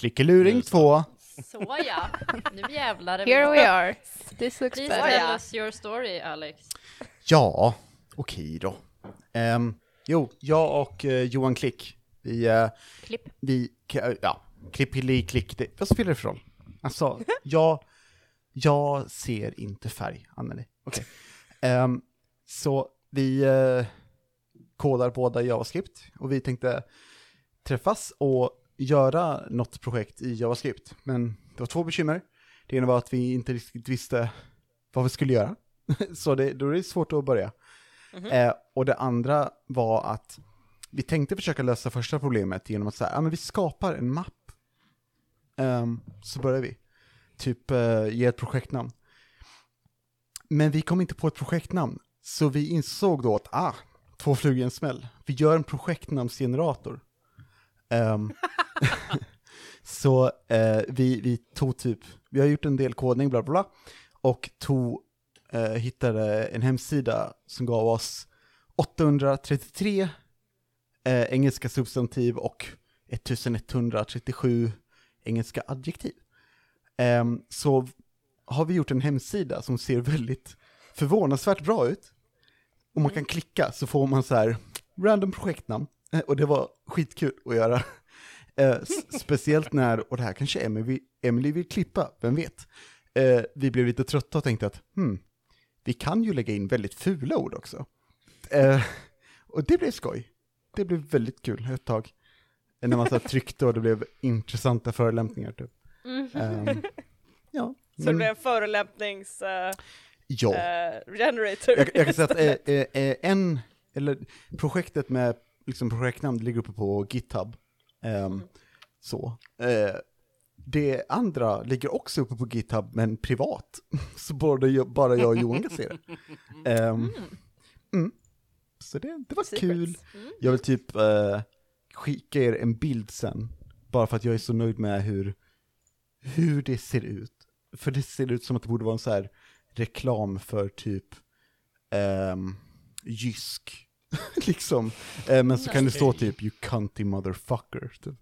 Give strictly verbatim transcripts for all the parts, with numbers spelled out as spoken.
Klickeluring två. Så ja, nu jävlar är vi. Here we are. This looks Please better. tell us your story, Alex. Ja, okej då. Um, jo, jag och uh, Johan Klick, vi... Uh, Klipp. Vi, k- ja, klippili klick. Det, vad spelar det för roll? Alltså, jag, jag ser inte färg, Anneli. Okej. Okay. Um, så vi uh, kodar båda i JavaScript och vi tänkte träffas och göra något projekt i JavaScript. Men det var två bekymmer. Det ena var att vi inte riktigt visste vad vi skulle göra. Så det, då är det svårt att börja. Mm-hmm. Eh, och det andra var att vi tänkte försöka lösa första problemet genom att säga, ja men vi skapar en mapp. Um, så börjar vi. Typ uh, ge ett projektnamn. Men vi kom inte på ett projektnamn. Så vi insåg då att, ah, två flugor i en smäll. Vi gör en projektnamnsgenerator. Um, så uh, vi, vi tog typ, vi har gjort en del kodning, bla bla bla. Och tog, uh, hittade en hemsida som gav oss åttahundratrettiotre uh, engelska substantiv och ettusenetthundratrettiosju engelska adjektiv. Um, så har vi gjort en hemsida som ser väldigt förvånansvärt bra ut. Och man kan klicka så får man så här random projektnamn. Uh, och det var skitkul att göra. Uh, s- speciellt när, och det här kanske Emily, Emily vill klippa, vem vet. Uh, vi blev lite trötta och tänkte att hmm, vi kan ju lägga in väldigt fula ord också. Uh, och det blev skoj. Det blev väldigt kul ett tag. När man så tryckte och det blev intressanta förolämpningar typ. Mm. Um, ja. Så det blev en förolämpnings uh, ja. uh, generator. Jag, jag kan säga att eh, eh, en, eller projektet med liksom projektnamn ligger uppe på GitHub. Um, mm. Så. Eh, det andra ligger också uppe på GitHub men privat. Så bara jag, bara jag och Johan kan se det. Um, mm. Mm. Så det, det var Secrets. Kul. Mm. Jag vill typ uh, skicka er en bild sen. Bara för att jag är så nöjd med hur, hur det ser ut. För det ser ut som att det borde vara en så här reklam för typ um, Jysk. liksom. Uh, men så kan det stå typ you cunty motherfucker. Typ.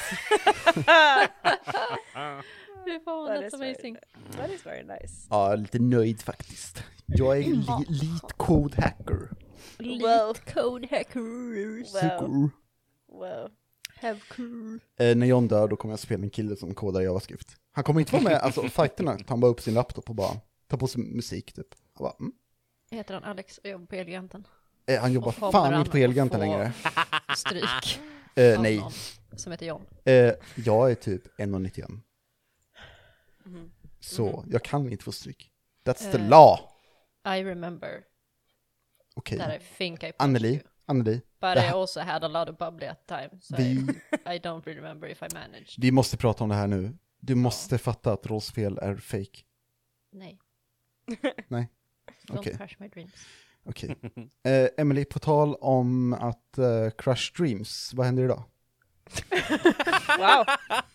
Fy fan, that's amazing. That is very nice. Ja, lite nöjd faktiskt. Jag är li- lit code hacker. Well, code hackers. Wow. Wow. Have cool. Eh, när John dör då kommer jag spela en kille som kodar JavaScript. Han kommer inte vara med, alltså fighterna tar han bara upp sin laptop och bara tar på sig musik typ. Han bara, mm. Heter han Alex och jobbar på Elgiganten? Eh, han jobbar fan inte på Elgiganten längre. Stryk. eh, nej. Som heter John. Eh, jag är typ ett komma nittioen. Mm. Så Mm. jag kan inte få stryk. That's uh, the law. I remember. Okej. Okay. That I think I Anneli, Anneli. But I also had a lot of bubbly at the time. So vi, I, I don't really remember if I managed. Vi måste prata om det här nu. Du måste ja. fatta att rollspel är fake. Nej. Nej. Don't okay. crush my dreams. Okej. Okay. Uh, Emily, på tal om att uh, crush dreams, vad händer idag? Wow.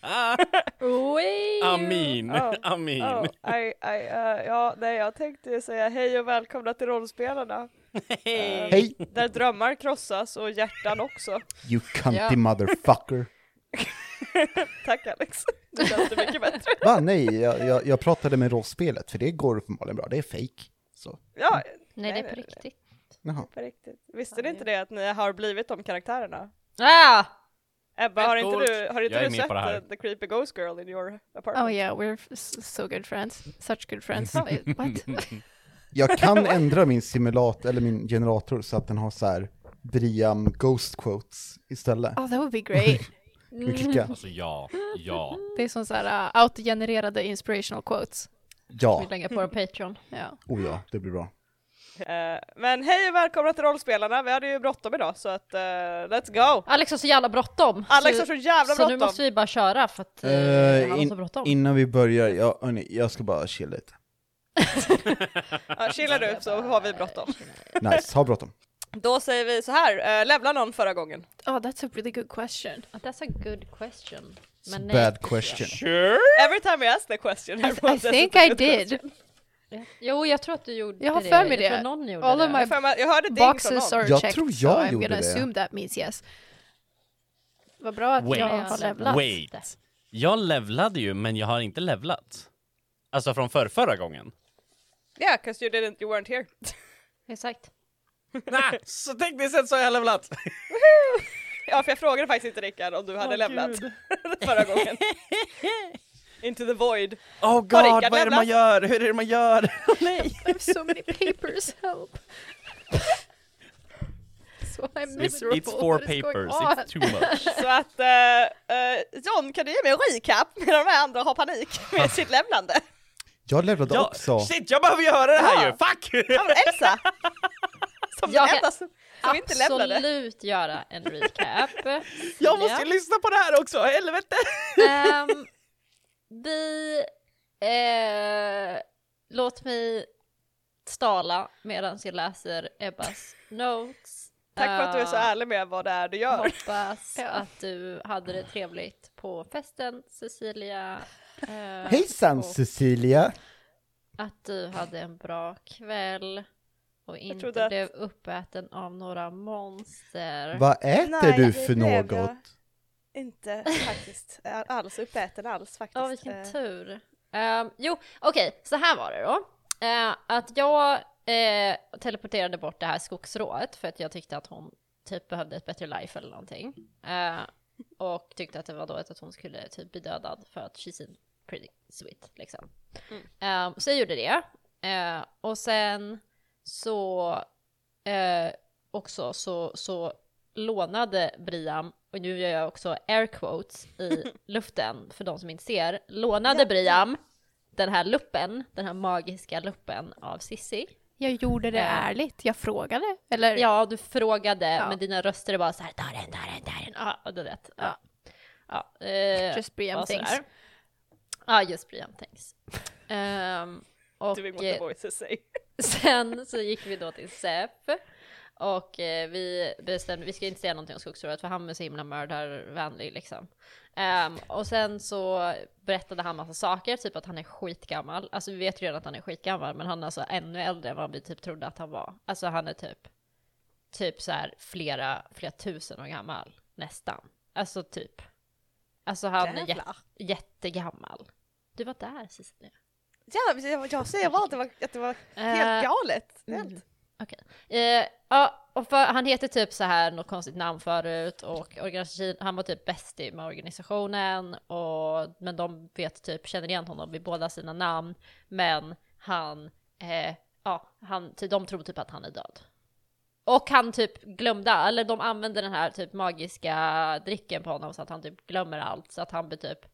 Amin. Oh, Amin. Oh, I, I, uh, ja, nej, jag tänkte säga hej och välkomna till rollspelarna. Hej. Uh, hej. Där drömmar krossas och hjärtan också. You cunty ja. motherfucker. Tack Alex. Det känns det mycket bättre. Va? Nej, jag, jag, jag pratade med rollspelet för det går uppenbarligen bra. Det är fake. Så. Ja. Nej, det är på riktigt. Jaha. På riktigt. Visste ni inte det att ni har blivit de karaktärerna? Ah! Ebba, har inte du, har inte du sett uh, The Creepy Ghost Girl in your apartment? Oh yeah, we're f- so good friends. Such good friends. I, what? Jag kan ändra min simulator eller min generator så att den har så här Briam Ghost Quotes istället. Oh, that would be great. Kan vi klicka? Alltså ja, ja. Det är som så här uh, autogenererade inspirational quotes. Ja. Vi lägger på vår Patreon. Ja. Oh ja, det blir bra. Uh, men hej och välkomna till rollspelarna. Vi hade ju bråttom idag så att uh, let's go. Alex har så jävla bråttom. Alex så, har så jävla så bråttom. nu måste vi bara köra för att uh, uh, han har in, så bråttom. Innan vi börjar, ja, hörni, jag ska bara chilla lite. Ja, chilla du så har vi bråttom. Nice, ha bråttom. Då säger vi så här, uh, levla någon förra gången? Oh, that's a really good question. That's a good question. Men nej. Bad question. Sure. Every time we ask the question. I, I think I did. Question. Jo, jag tror att du gjorde det. Jag har för mig det. Jag tror någon gjorde All det. of my Jag, för mig, jag hörde ding boxes från någon. are Jag checked, tror so jag I'm gjorde gonna det. assume that means yes. Vad bra att Wait. jag har levlat. Wait. Jag levlade ju, men jag har inte levlat. Alltså från för förra gången. Yeah, because you didn't, you weren't here. Exakt. Nej, så tekniskt sett så har jag levlat. Ja, för jag frågade faktiskt inte Rickard om du hade Åh, levlat Gud. förra gången. Into the void. Oh god, Rickard vad är det levlat? man gör? Hur är det man gör? Oh, nej. I have so many papers, help. So I'm It's, miserable. it's four What is going papers, on? it's too much. Så att, uh, uh, John, kan du ge mig en recap medan de här andra har panik med sitt lämnande? Jag levlade Ja, också. shit, jag behöver göra det här Ja. ju! Fuck! Ja, men Elsa! Som Jag den kan enda som, som inte lämnade. Absolut göra en recap. Jag måste ju lyssna på det här också, helvete! Um, vi... Eh, låt mig stala medan jag läser Ebbas notes. Tack för att du är så Eh, ärlig med vad det är du gör. Hoppas Ja. att du hade det trevligt på festen, Cecilia. Eh, Hejsan och Cecilia! att du hade en bra kväll och inte trodde att- blev uppäten av några monster. Vad äter Nej, du det för blev något? jag. Inte faktiskt alls uppäten alls faktiskt. Ja, vilken Eh, tur. Um, jo, okej, så här var det då. Eh, att jag eh, teleporterade bort det här skogsrået för att jag tyckte att hon typ behövde ett bättre life eller någonting. Eh, och tyckte att det var dåligt att hon skulle typ bli dödad för att she seemed pretty sweet liksom. Eh, så jag gjorde det. Eh, och sen så eh, också så, så lånade Briam, och nu gör jag också air quotes i luften för de som inte ser, lånade Ja, Briam den här luppen, den här magiska luppen av Sissi. Jag gjorde det Ja. ärligt. Jag frågade. Eller Ja, du frågade, Ja. men dina röster är bara så här, ta den, ta den, ta den. Ja, och du vet. Ja. Ja, eh, just Briam och sådär. things. Ja, just Briam things. Um, och Doing what the eh, voices say. sen så gick vi då till Sepp. Och eh, vi bestämde, vi ska inte säga någonting om skogsrået för han är så himla mördarvänlig liksom. Um, och sen så berättade han massa saker, typ att han är skitgammal. Alltså vi vet ju redan att han är skitgammal, men han är alltså ännu äldre än vad vi typ trodde att han var. Alltså han är typ, typ så här flera, flera tusen år gammal, nästan. Alltså typ. Alltså han är jät- Jävlar. jättegammal. Du var där, Cecilia. Ja, jag, jag säger bara att det var, att det var helt Eh, galet. mm. Helt. Okej. Eh, ja, och för, han heter typ så här något konstigt namn förut och organisation, han var typ bästig med organisationen och, men de vet typ, känner igen honom vid båda sina namn, men han, eh, ja, han, ty- de tror typ att han är död. Och han typ glömde, eller de använder den här typ magiska dricken på honom så att han typ glömmer allt, så att han blir typ,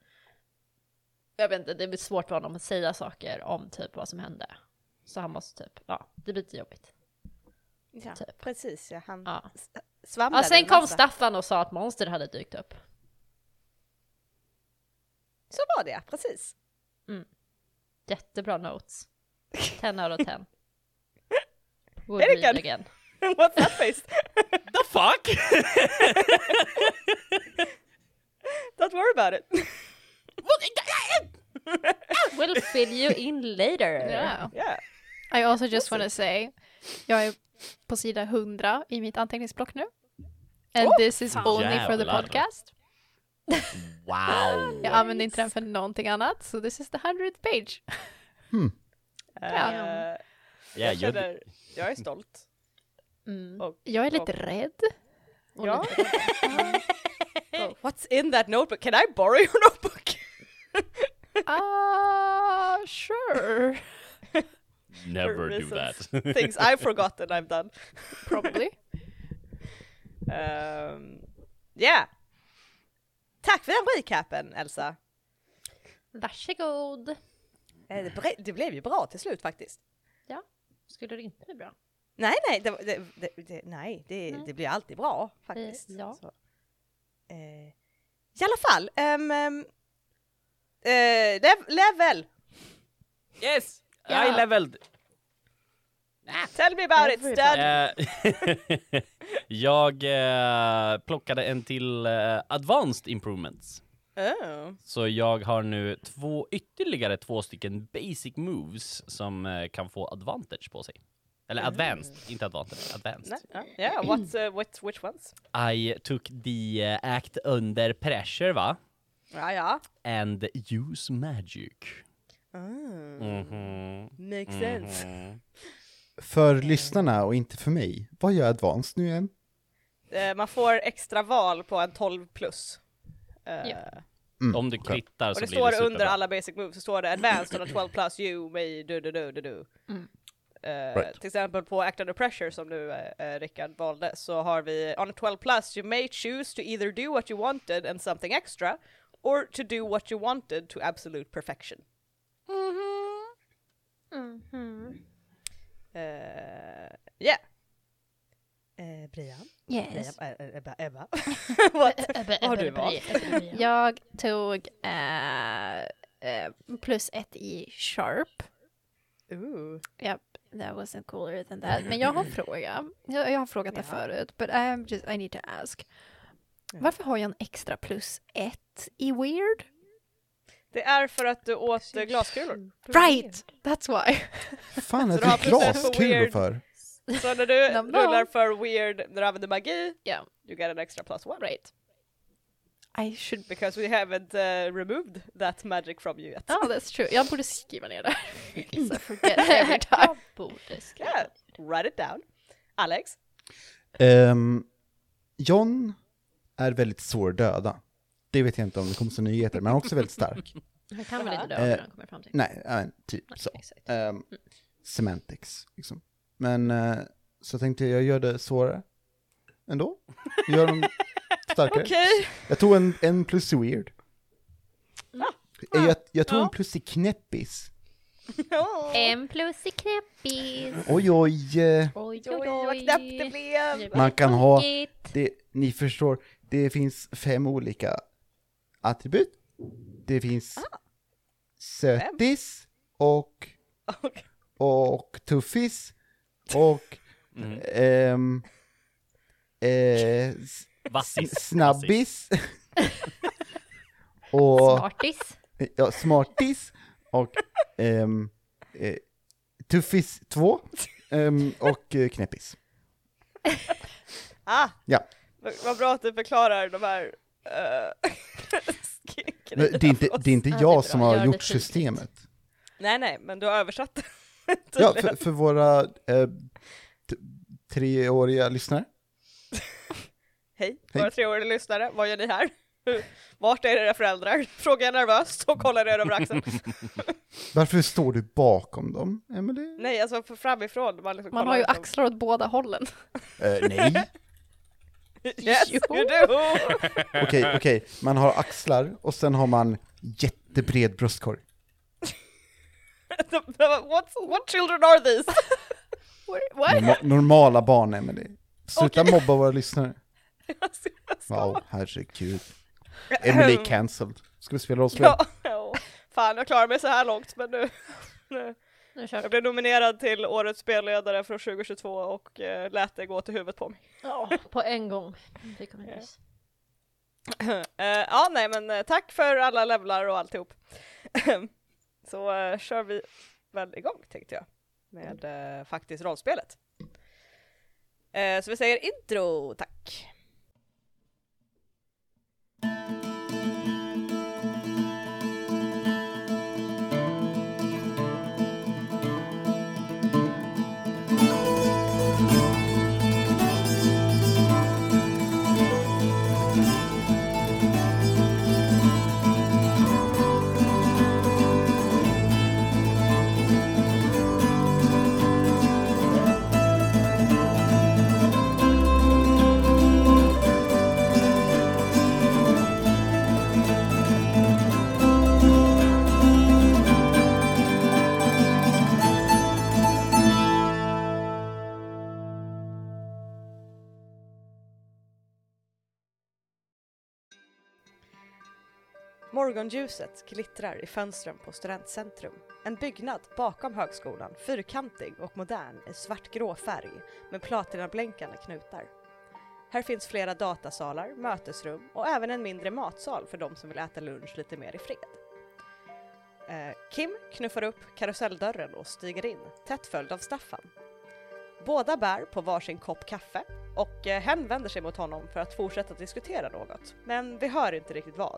jag vet inte, det blir svårt för honom att säga saker om typ vad som hände. Så han måste typ, ja, det blir lite jobbigt. Ja, Typ. precis. Ja, han Ja. s- svamlade Ja, sen en kom massa. Staffan och sa att monster hade dykt upp. Så var det, precis. Jättebra notes. ten out of ten. Would Är det read kan- again. What's that face? The fuck? Don't worry about it. We'll fill you in later. Yeah. Yeah. I also just Awesome. want to say, jag är på sida hundra i mitt anteckningsblock nu. And Oh, this is only for the jävlar. podcast. Wow. Jag använder inte den för någonting annat, so this is the hundredth page. Eh, Ja. Ja, jag, jag- känner, jag är stolt. Mm. Och, Jag är lite och- rädd. Och Ja. lite- oh, what's in that notebook? Can I borrow your notebook? Ah, sure. Never do reasons. that. Things I've forgotten I've done. Probably. Um, yeah. Tack för den recapen, Elsa. Varsågod. Eh, Det, bre- det blev ju bra till slut faktiskt. Skulle det inte bli bra? Nej, nej, det, det, det, det, nej, det, Nej. det blir alltid bra faktiskt. Eh, ja. Så. Eh, I alla fall, um, um, eh, lev- level! Yes! Ja. I leveled. Tell me about it, Stan! Eh, jag eh, plockade en till eh, Advanced Improvements. Oh. Så jag har nu två, ytterligare två stycken basic moves som eh, kan få advantage på sig. Eller advanced, inte advantage, advanced. Nej, ja. Yeah, what's, uh, what, which ones? I took the uh, act under pressure, va? Ja, ja. And use magic. Mm. Mhm. Makes sense. Mhm. För lyssnarna och inte för mig, vad gör Advanced nu igen? Eh, man får extra val på en tolv plus. Eh, Ja. Mm. Om du okej. krittar Och så det blir står det under superbra. alla basic moves så står det advanced on a twelve plus you may do do do do do. Mm. Eh, Right. Till exempel på Act Under Pressure som nu uh, Rickard valde så har vi on a twelve plus you may choose to either do what you wanted and something extra or to do what you wanted to absolute perfection. Mhm. Uh, yeah. Uh, Brian? Yes. Brian, uh, Ebba? Ebba? What? Ebbe, Vad har Ebbe, du Ebbe, valt? Ebbe, Ebbe, Ebbe. Jag tog eh, eh, plus ett i sharp. Ooh. Yep, that wasn't cooler than that. Men jag har en fråga. Jag, jag har frågat det Ja. förut, but I'm just, I need to ask. Varför har jag en extra plus ett i weird? Det är för att du åt eh, glaskulor. Right! That's why. Fan är Så du har det plus ett på glaskulor weird. för? Så när du Number. rullar för weird när du använder magi, Yeah, you get an extra plus one. right. I should... Because we haven't uh, removed that magic from you yet. Oh, that's true. Jag borde skriva ner det. Because I forget every time. Jag borde skriva. Yeah, write it down. Alex? Ehm, John är väldigt svår döda. Det vet jag inte om det kommer som nyheter, men han är också väldigt stark. Han kan väl inte Eh, dö när han kommer fram till. Nej, ja, men typ så. Exakt. Ehm, semantics, liksom. Men eh, så tänkte jag, jag gör det svårare. Ändå. Gör dem starkare. Okej. Jag tog en, en plus i weird. Jag, jag tog Ja. en plus i knäppis. En plus i knäppis. Oj, oj. eh, Oj, Oj, vad knäppt det blev. Man kan ha- Tokigt. Det, ni förstår, det finns fem olika attribut. Det finns sötis och, Okej. och tuffis och Mm. ehm, eh, s- Vassis. snabbis och Smartis. ja, smartis och ehm, eh, tuffis två ehm, och eh, knäppis. Ah, Ja. vad vad bra att du förklarar de här uh, Men det är inte, det är inte Ja, det är jag bra. som har Gör det gjort tydligt. systemet. Nej, nej, men du har översatt det. Ja, tydligen. för, för våra eh, t- treåriga lyssnare. Hej, Hej. våra treåriga lyssnare, vad gör ni här? Hur- Vart är era föräldrar? Frågar jag nervöst och kollar er över axeln. Varför står du bakom dem, Emily? Nej, alltså för framifrån. Man, liksom Man kollar har ju liksom. axlar åt båda hållen. Eh, nej. Yes, Jo. you do! Okej, okej. Man har axlar och sen har man jättebred bröstkorg. what, what children are these? What? Norma- normala barn, Emily. Sluta Okej. mobba våra lyssnare. Wow, herregud. Emily cancelled. Ska vi spela rollspel? Ja, ja. Fan, jag klarar mig så här långt, men nu... nu. Nu kör Jag blev nominerad till årets spelledare från tjugo tjugotvå och uh, lät det gå till huvudet på mig. Ja, på en gång. Det kommer Ja. nyss. Eh, ja, nej, men eh, tack för alla levlar och alltihop. Så eh, kör vi väl igång, tänkte jag, med uh, faktiskt rollspelet. Eh, så vi säger intro, tack. Morgonljuset glittrar i fönstren på Studentcentrum. En byggnad bakom högskolan, fyrkantig och modern i svartgrå färg med platinablänkande knutar. Här finns flera datasalar, mötesrum och även en mindre matsal för de som vill äta lunch lite mer i fred. Eh, Kim knuffar upp karuselldörren och stiger in, tätt följd av Staffan. Båda bär på varsin kopp kaffe och eh, hen vänder sig mot honom för att fortsätta diskutera något. Men vi hör inte riktigt vad.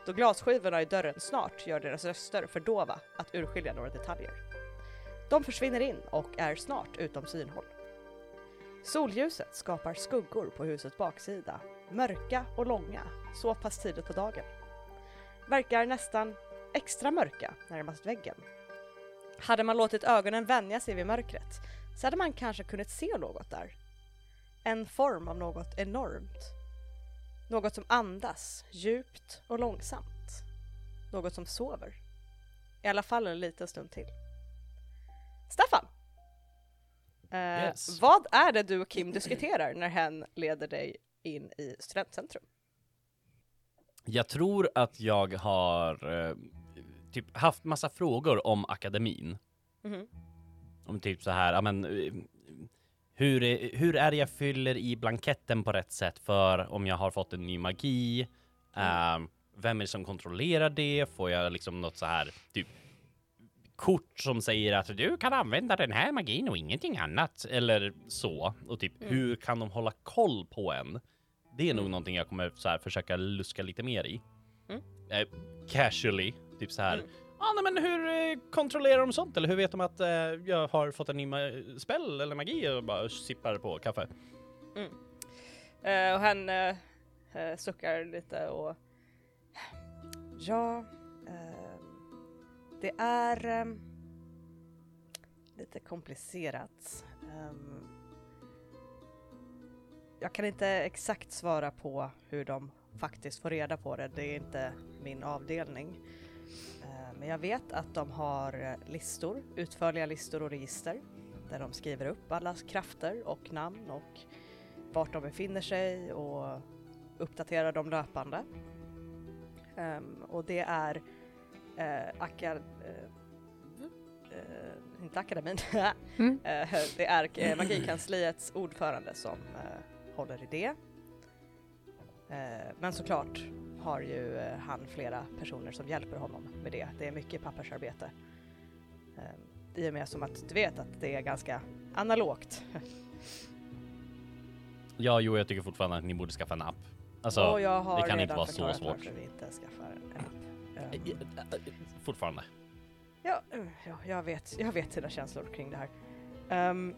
då glasskivorna i dörren snart gör deras röster för dova att urskilja några detaljer. De försvinner in och är snart utom synhåll. Solljuset skapar skuggor på husets baksida, mörka och långa, så pass tidigt på dagen. Verkar nästan extra mörka närmast väggen. Hade man låtit ögonen vänja sig vid mörkret så hade man kanske kunnat se något där. En form av något enormt. Något som andas djupt och långsamt. Något som sover. I alla fall en liten stund till. Staffan! Eh, Yes. Vad är det du och Kim diskuterar när hen leder dig in i studentcentrum? Jag tror att jag har eh, typ haft massa frågor om akademin. Mhm. Om typ så här, ja men eh, hur är, hur är det jag fyller i blanketten på rätt sätt för om jag har fått en ny magi? Eh, vem är det som kontrollerar det? Får jag liksom något så här typ kort som säger att du kan använda den här magin och ingenting annat eller så, och typ Mm. hur kan de hålla koll på en? Det är nog någonting jag kommer så här försöka luska lite mer i. Mm. Eh, casually, typ så här. Mm. Ja, nej, men hur eh, kontrollerar de sånt? Eller hur vet de att eh, jag har fått en ny ma- spell eller magi och bara sippar på kaffe? Eh, och han eh, eh, suckar lite och ja, eh, det är eh, lite komplicerat. Um, jag kan inte exakt svara på hur de faktiskt får reda på det. Det är inte min avdelning. Eh, men jag vet att de har eh, listor, utförliga listor och register där de skriver upp alla krafter och namn och vart de befinner sig och uppdaterar dem löpande. Um, och det är uh, aka- uh, uh, inte akademin, Mm. uh, det är uh, magikansliets ordförande som uh, håller i det. Uh, men såklart har ju uh, han flera personer som hjälper honom med det. Det är mycket pappersarbete. Um, I och med som att du vet att det är ganska analogt. Ja, jo, jag tycker fortfarande att ni borde skaffa en app. Alltså, och jag har det kan inte redan vara så förklarat svårt. varför vi inte skaffar en app. eh, Um, eh, eh, fortfarande. Ja, mm, ja jag, vet, jag vet dina känslor kring det här. Um,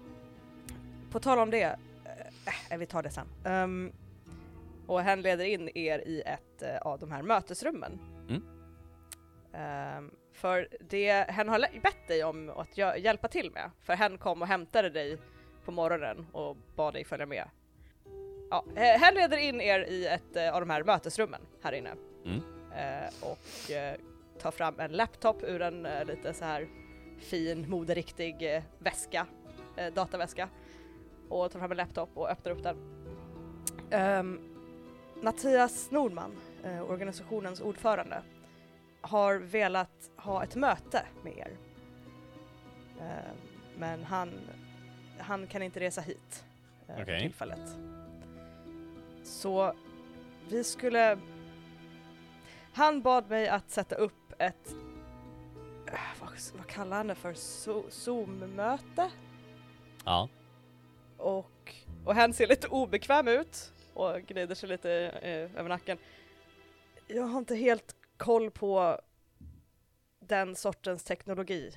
på tal om det, äh, vi tar det sen. Um, och han leder in er i ett uh, av de här mötesrummen. Mm. Um, för det han har lä- bett dig om att gö- hjälpa till med. För han kom och hämtade dig på morgonen och bad dig följa med. Ja, uh, han leder in er i ett uh, av de här mötesrummen här inne. Mm. Uh, och uh, tar fram en laptop ur en uh, lite så här fin, moderiktig uh, väska, uh, dataväska. Och tar fram en laptop och öppnar upp den. Um, Mattias Nordman, uh, organisationens ordförande, har velat ha ett möte med er. Uh, men han, han kan inte resa hit uh, för Okej. tillfället. Så vi skulle... Han bad mig att sätta upp ett... äh, Vad, vad kallar han det för? So- Zoom-möte? Ja. Och, och han ser lite obekväm ut och glider sig lite eh, över nacken. Jag har inte helt koll på den sortens teknologi.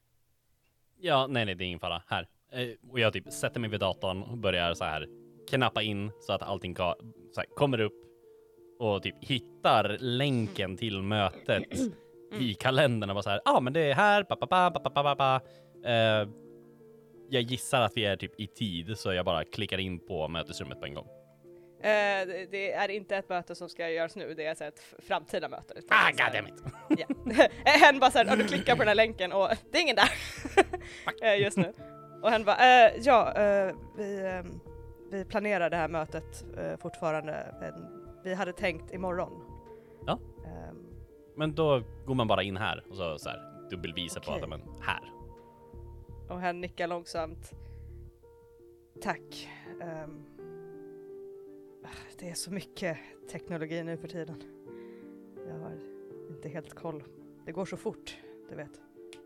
Ja, nej, nej, det är ingen fara. Här. Eh, och jag typ sätter mig vid datorn och börjar så här knappa in så att allting ka- så här, kommer upp och typ hittar länken till mötet i kalendern och bara så här, ja, ah, men det är här, pa, pa, pa, pa, pa, pa, pa. Eh, jag gissar att vi är typ i tid, så jag bara klickar in på mötesrummet på en gång. Eh, det, det är inte ett möte som ska göras nu, det är så här ett f- framtida möte. utan Ah, det är så här- goddammit! Ja. Hen bara såhär, du klickar på den här länken och det är ingen där Eh, just nu. Och hen bara, eh, ja, eh, vi, eh, vi planerar det här mötet eh, fortfarande. Men vi hade tänkt imorgon. Ja. Ehm, Men då går man bara in här och så, så här dubbelvisar på Okej. att men här. och hen nickar långsamt. Tack. Ehm, det är så mycket teknologi nu för tiden. Jag har inte helt koll. Det går så fort, du vet.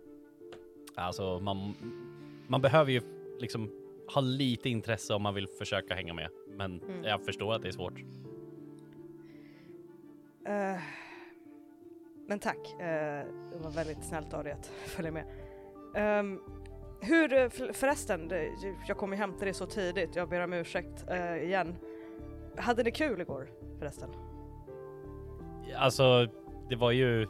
Alltså man, man behöver ju liksom ha lite intresse om man vill försöka hänga med. Men Mm. jag förstår att det är svårt. Eh, Men tack, eh, det var väldigt snällt av dig att följa med. Um, hur, eh, för, förresten, det, jag kom ju hämta dig så tidigt, jag ber om ursäkt eh, igen. Hade ni kul igår förresten? Alltså, det var ju...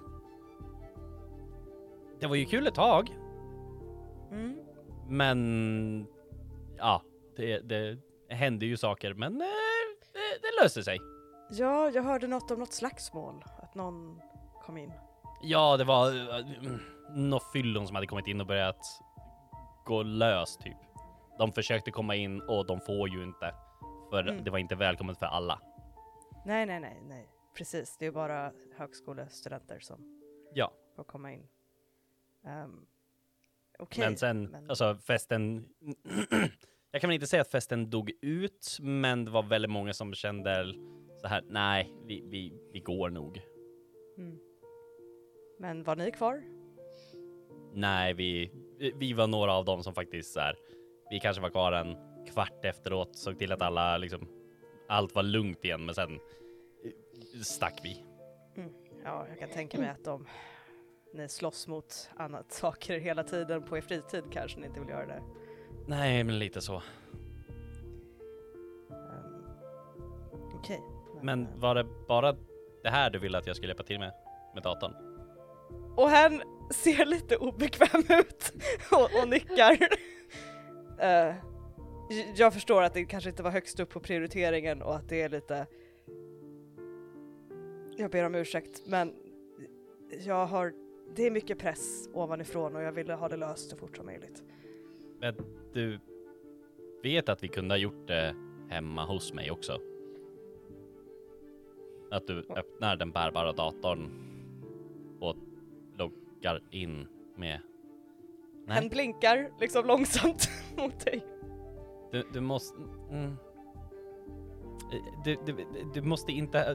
Det var ju kul ett tag. Mm. Men... Ja, det, det hände ju saker, men eh, det, det löste sig. Ja, jag hörde något om något slagsmål, att någon kom in. Ja, det var uh, några fyllon som hade kommit in och börjat gå lös typ. De försökte komma in och de får ju inte. För Mm. det var inte välkommet för alla. Nej, nej, nej, nej. Precis, det är bara högskolestudenter som Ja. får komma in. Um, Okej. Men sen, men- alltså festen... Jag kan väl inte säga att festen dog ut, men det var väldigt många som kände så här, nej, vi, vi, vi går nog. Mm. Men var ni kvar? Nej, vi, vi var några av dem som faktiskt så här, vi kanske var kvar en kvart efteråt, såg till att alla liksom, allt var lugnt igen, men sen stack vi. Mm. Ja, jag kan tänka mig att om ni slåss mot annat saker hela tiden på er fritid kanske ni inte vill göra det. Nej, men lite så. Um, Okej. Men eh, var det bara det här du ville att jag skulle hjälpa till med, med datorn? Och han ser lite obekväm ut och, och nickar. uh, jag förstår att det kanske inte var högst upp på prioriteringen och att det är lite... Jag ber om ursäkt, men jag har... Det är mycket press ovanifrån och jag ville ha det löst så fort som möjligt. Men du vet att vi kunde ha gjort det hemma hos mig också? Att du öppnar den bärbara datorn och loggar in med... Han Nej, blinkar liksom långsamt mot dig. du, du måste... Mm. Du, du, du måste inte...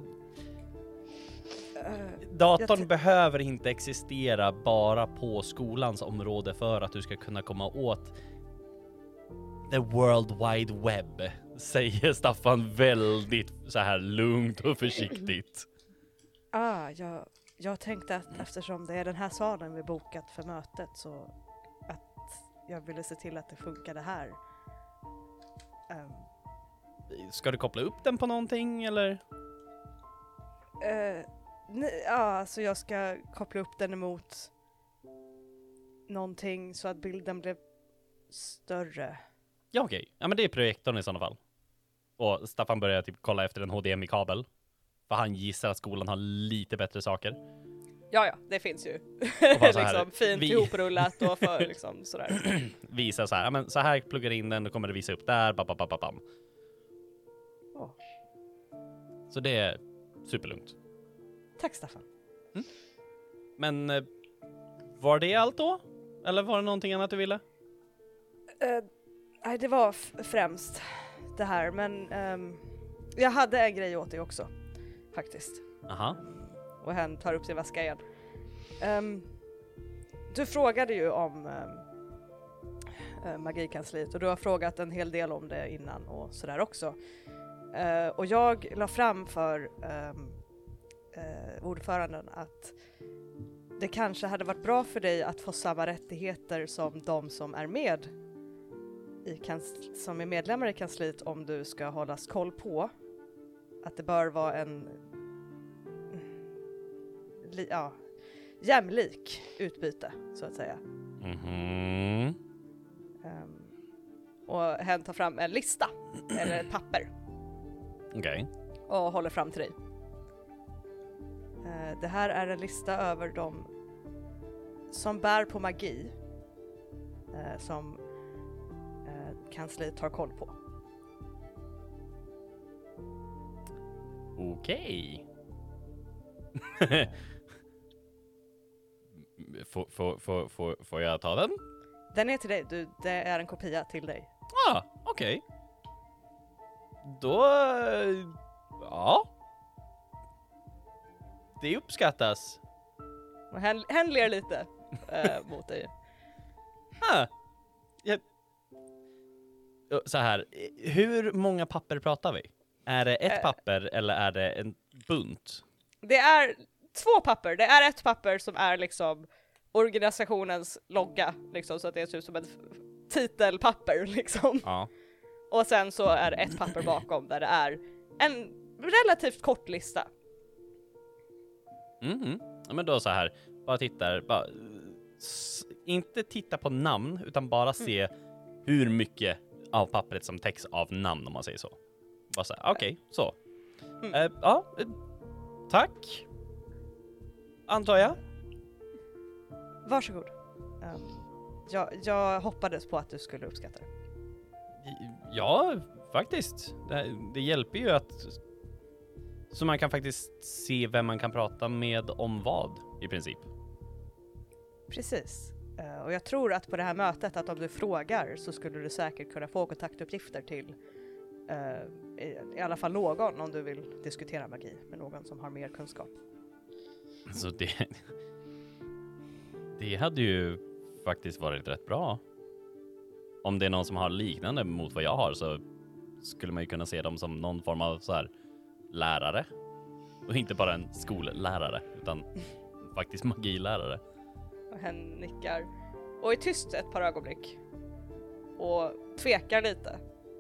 Uh, Datorn Jag t- behöver inte existera bara på skolans område för att du ska kunna komma åt the world wide web, säger Staffan väldigt så här lugnt och försiktigt. ah, jag, jag tänkte att eftersom det är den här salen vi bokat för mötet så att jag ville se till att det funkade här. Um, Ska du koppla upp den på någonting eller? uh, nej, ja, alltså jag ska koppla upp den emot någonting så att bilden blev större. Ja, okej. Ja, men det är projektorn i sådana fall. Och Staffan börjar typ kolla efter en H D M I-kabel. För han gissar att skolan har lite bättre saker. Ja, ja, det finns ju. bara så här, liksom fint vi- ihoprullat och för liksom sådär. Visar så här, ja, men så här pluggar in den, då kommer det visa upp där, bam, bam, bam, bam. Åh. Så det är superlugnt. Tack Staffan. Men eh, var det allt då? Eller var det någonting annat du ville? Uh, nej, det var f- främst det här, men ehm, jag hade en grej åt dig också, faktiskt. Aha. Och hen tar upp sin väska igen. Ehm, du frågade ju om um, uh, magikansliet och du har frågat en hel del om det innan och sådär också. Uh, och jag la fram för um, uh, ordföranden att det kanske hade varit bra för dig att få samma rättigheter som de som är med i kans- som är medlemmar i kansliet om du ska hållas koll på. Att det bör vara en li- ja, jämlik utbyte, så att säga. Mhm. Um, och hen tar fram en lista, eller ett papper, Okej. och håller fram till dig. Uh, det här är en lista över de som bär på magi uh, som uh, kansliet tar koll på. Okej. Får, får, får, får, får jag ta den? Den är till dig, du, det är en kopia till dig. Ah, okej. Då... eh, Ja. Det uppskattas. Och hen, hen ler lite uh, mot dig. Ah. Jag... Så här, hur många papper pratar vi? Är det ett Eh. papper eller är det en bunt? Det är två papper. Det är ett papper som är liksom organisationens logga, liksom, så att det ser ut som ett titelpapper liksom. Ja. Och sen så är det ett papper bakom där det är en relativt kort lista. Mhm. Ja, men då så här, bara tittar, bara, s- inte titta på namn, utan bara se hur mycket av pappret som täcks av namn, om man säger så. Bara så här, okej, okay, så. Mm. Eh, ja, eh, tack. Antar jag. Varsågod. Um, jag, jag hoppades på att du skulle uppskatta det. Ja, faktiskt. Det, det hjälper ju att så man kan faktiskt se vem man kan prata med om vad, i princip. Precis. Uh, och jag tror att på det här mötet att om du frågar så skulle du säkert kunna få kontaktuppgifter till uh, i, i alla fall någon om du vill diskutera magi med någon som har mer kunskap. Så det det hade ju faktiskt varit rätt bra. Om det är någon som har liknande mot vad jag har så skulle man ju kunna se dem som någon form av så här lärare. Och inte bara en skollärare utan faktiskt magilärare. Och hen nickar och är tyst ett par ögonblick och tvekar lite.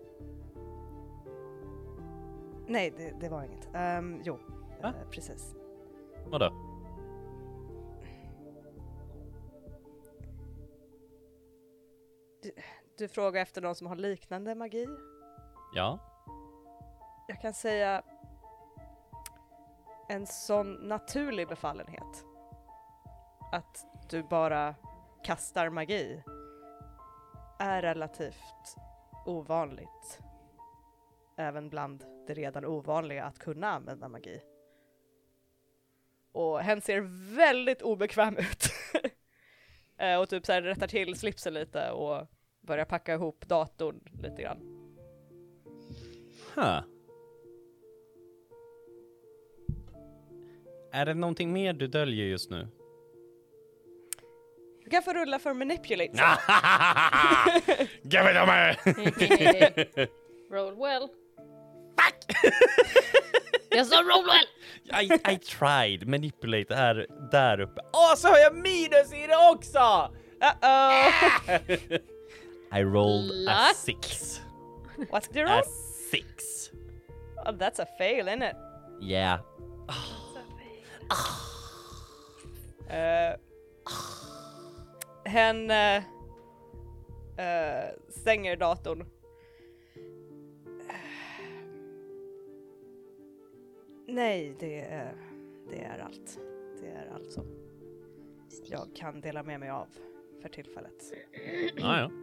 Nej, det, det var inget. Um, jo, Va? uh, precis. Vadå? Du, du frågar efter någon som har liknande magi? Ja. Jag kan säga en sån naturlig befallenhet. Att du bara kastar magi är relativt ovanligt. Även bland det redan ovanliga att kunna använda magi. Och hen ser väldigt obekväm ut. Och typ så här rättar till slipsen lite och börjar packa ihop datorn lite grann. Huh. Är det någonting mer du döljer just nu? Du kan få rulla för manipulate. Give it to me! Roll well. Fuck! Jag sa roll well! I, I tried. Manipulate är där uppe. Åh, oh, så har jag minus i det också! Uh-oh! I rolled a Luck. six. What's the A roll? six. Oh, that's a fail, isn't it? Yeah. Uh, hen uh, uh, stänger datorn. Nej, det är, det är allt. Det är allt som jag kan dela med mig av för tillfället. Ah, ja.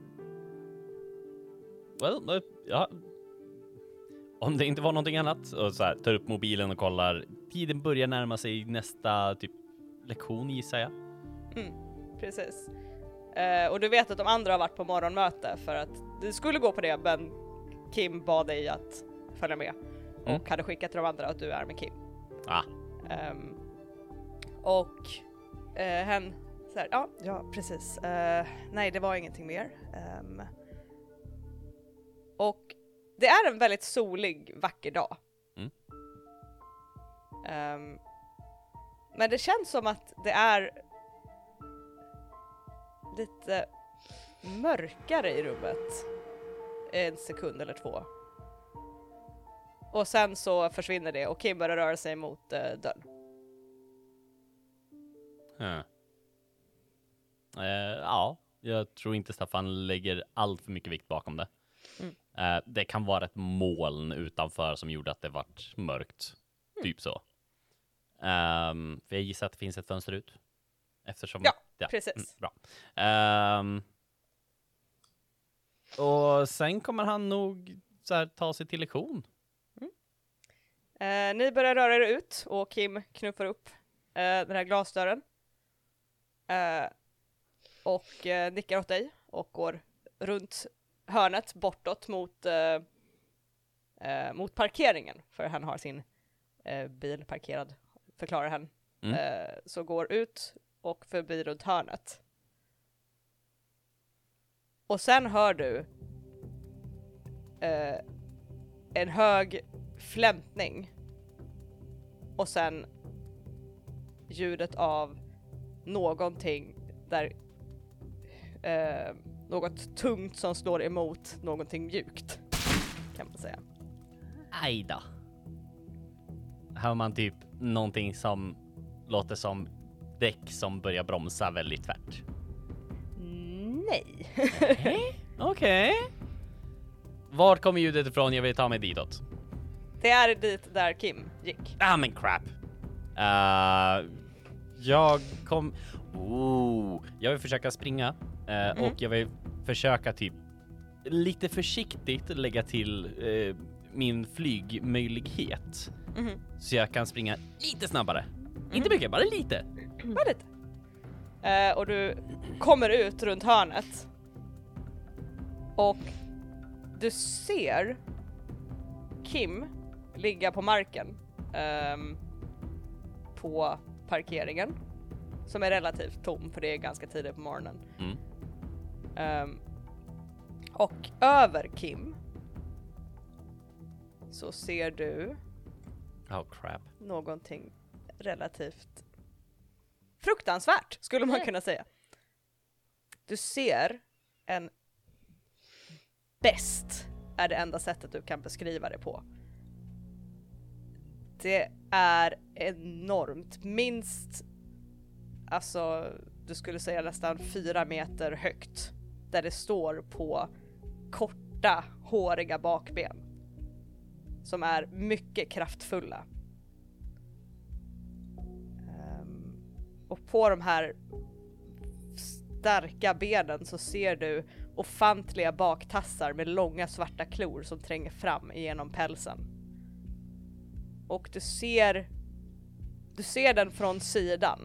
Well, uh, ja. Om det inte var någonting annat och så här, tar upp mobilen och kollar. Tiden börjar närma sig nästa typ lektion, gissar jag. Mm, precis. Uh, och du vet att de andra har varit på morgonmöte för att du skulle gå på det, men Kim bad dig att följa med. Mm. Och hade skickat till de andra att du är med Kim. Ah. Um, och uh, hen så här, ja, ja precis. Uh, nej, det var ingenting mer. Um, och det är en väldigt solig, vacker dag. Mm. Um, men det känns som att det är lite mörkare i rummet en sekund eller två. Och sen så försvinner det och Kim börjar röra sig mot uh, dörren. Huh. Uh, ja, jag tror inte Staffan lägger allt för mycket vikt bakom det. Mm. Uh, det kan vara ett moln utanför som gjorde att det vart mörkt. Mm. Typ så. Um, för jag gissar att det finns ett fönster ut. Eftersom... Ja, ja precis. Mm, bra. Um, och sen kommer han nog så här, ta sig till lektion. Uh, ni börjar röra er ut och Kim knuffar upp uh, den här glasdörren. Uh, och uh, nickar åt dig och går runt hörnet bortåt mot, uh, uh, mot parkeringen. För han har sin uh, bil parkerad, förklarar han. Mm. Uh, så går ut och förbi runt hörnet. Och sen hör du uh, en hög flämtning och sen ljudet av någonting där eh, något tungt som slår emot någonting mjukt, kan man säga. Aj då. Hör man typ någonting som låter som däck som börjar bromsa väldigt tvärt? Nej. Okej. Okay. Var kommer ljudet ifrån? Jag vill ta mig ditåt. Det är dit där Kim gick. Ah, men crap. Uh, jag kom... Oh, jag vill försöka springa. Uh, mm. Och jag vill försöka typ lite försiktigt lägga till uh, min flygmöjlighet. Mm. Så jag kan springa lite snabbare. Mm. Inte mycket, bara lite. Bara lite. Uh, och du kommer ut runt hörnet. Och du ser Kim ligga på marken um, på parkeringen som är relativt tom för det är ganska tidigt på morgonen. Mm. Um, och över Kim så ser du oh, crap. någonting relativt fruktansvärt, skulle man kunna säga. Du ser en bäst är det enda sättet du kan beskriva det på. Det är enormt. Minst, alltså du skulle säga nästan fyra meter högt. Där det står på korta, håriga bakben. Som är mycket kraftfulla. Um, och på de här starka benen så ser du ofantliga baktassar med långa svarta klor som tränger fram genom pälsen. Och du ser du ser den från sidan.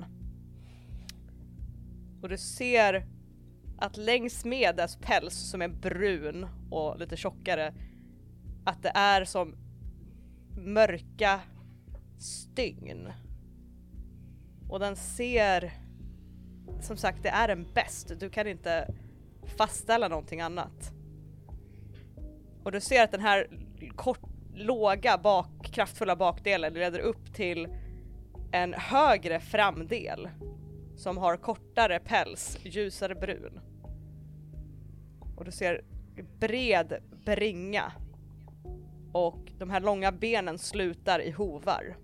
Och du ser att längs med dess päls som är brun och lite tjockare, att det är som mörka stygn. Och den ser, som sagt, det är en bäst. Du kan inte fastställa någonting annat. Och du ser att den här kort, låga bak, kraftfulla bakdelen leder upp till en högre framdel som har kortare päls, ljusare brun. Och du ser bred bringa. Och de här långa benen slutar i hovar.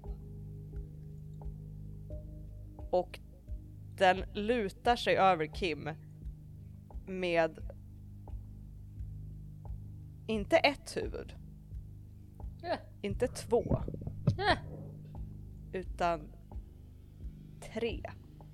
Och den lutar sig över Kim med inte ett huvud. Yeah. Inte två. Yeah. Utan tre.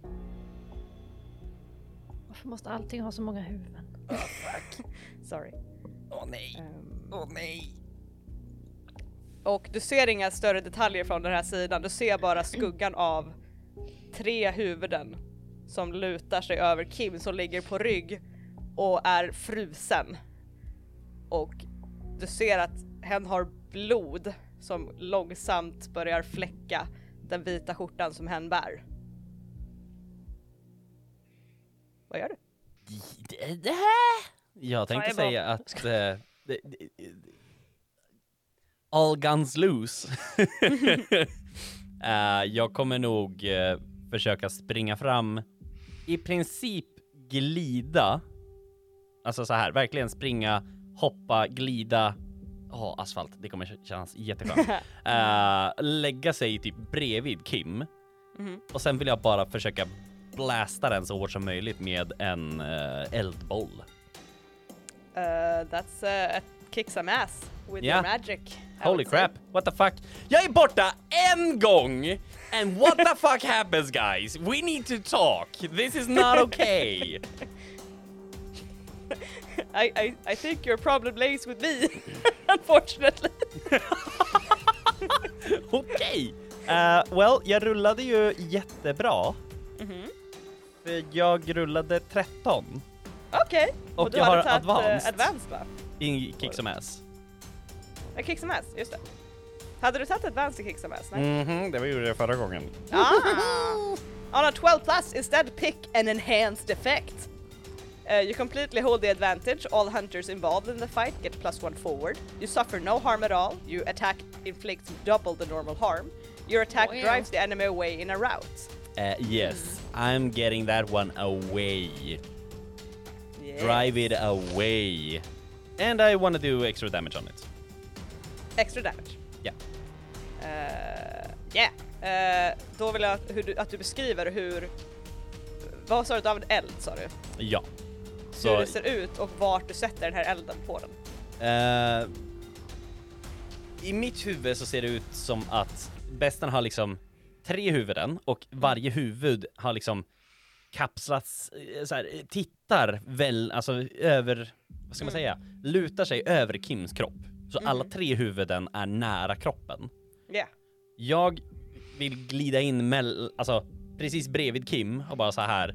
Varför måste allting ha så många huvuden? Oh, fuck. Sorry. Åh oh, nej. Um, Åh oh, nej. Och du ser inga större detaljer från den här sidan. Du ser bara skuggan av tre huvuden som lutar sig över Kim som ligger på rygg och är frusen. Och du ser att hen har blod som långsamt börjar fläcka den vita skjortan som hen bär. Vad gör du? Det, det här? Jag tänkte Fireball. säga att uh, det, det, all guns loose. uh, jag kommer nog uh, försöka springa fram, i princip glida, alltså så här, verkligen springa, hoppa, glida. Åh, oh, asfalt, det kommer kännas jätteskönt. uh, lägga sig typ bredvid Kim. Mm-hmm. Och sen vill jag bara försöka blasta den så hårt som möjligt med en uh, eldboll. Uh, that's uh, a kick some ass with yeah. your magic. Holy crap, what the fuck? Jag är borta en gång! And what the fuck happens, guys? We need to talk. This is not okay. I, I, I think your problem lays with me, unfortunately. Okej. Okay. Uh, well, jag rullade ju jättebra. Mm-hmm. För jag rullade tretton. Okej. Okay. Och, och du jag hade har tagit advanced. Uh, advanced va? I Kick Some Ass. Ja, Kick Some Ass, just det. Hade du tagit advanced i Kick Some Ass? Nej. Mhm, det var ju det förra gången. Ah! On a twelve plus, instead pick an enhanced effect. Uh, you completely hold the advantage. All hunters involved in the fight get plus one forward. You suffer no harm at all. Your attack inflicts double the normal harm. Your attack Oh, yeah. drives the enemy away in a route. Uh, yes, I'm getting that one away. Yes. Drive it away. And I want to do extra damage on it. Extra damage. Ja. Uh, yeah. Uh, då vill jag att, hur du, att du beskriver hur... Vad sa du av en eld, sa du? Ja. Hur Så, det ser ut och vart du sätter den här elden på den. uh, i mitt huvud så ser det ut som att besten har liksom tre huvuden och varje huvud har liksom kapslats, eh, så här, tittar väl, alltså över, vad ska man säga, lutar sig över Kims kropp. Så alla tre huvuden är nära kroppen. Ja. Yeah. Jag vill glida in mell, alltså precis bredvid Kim och bara så här.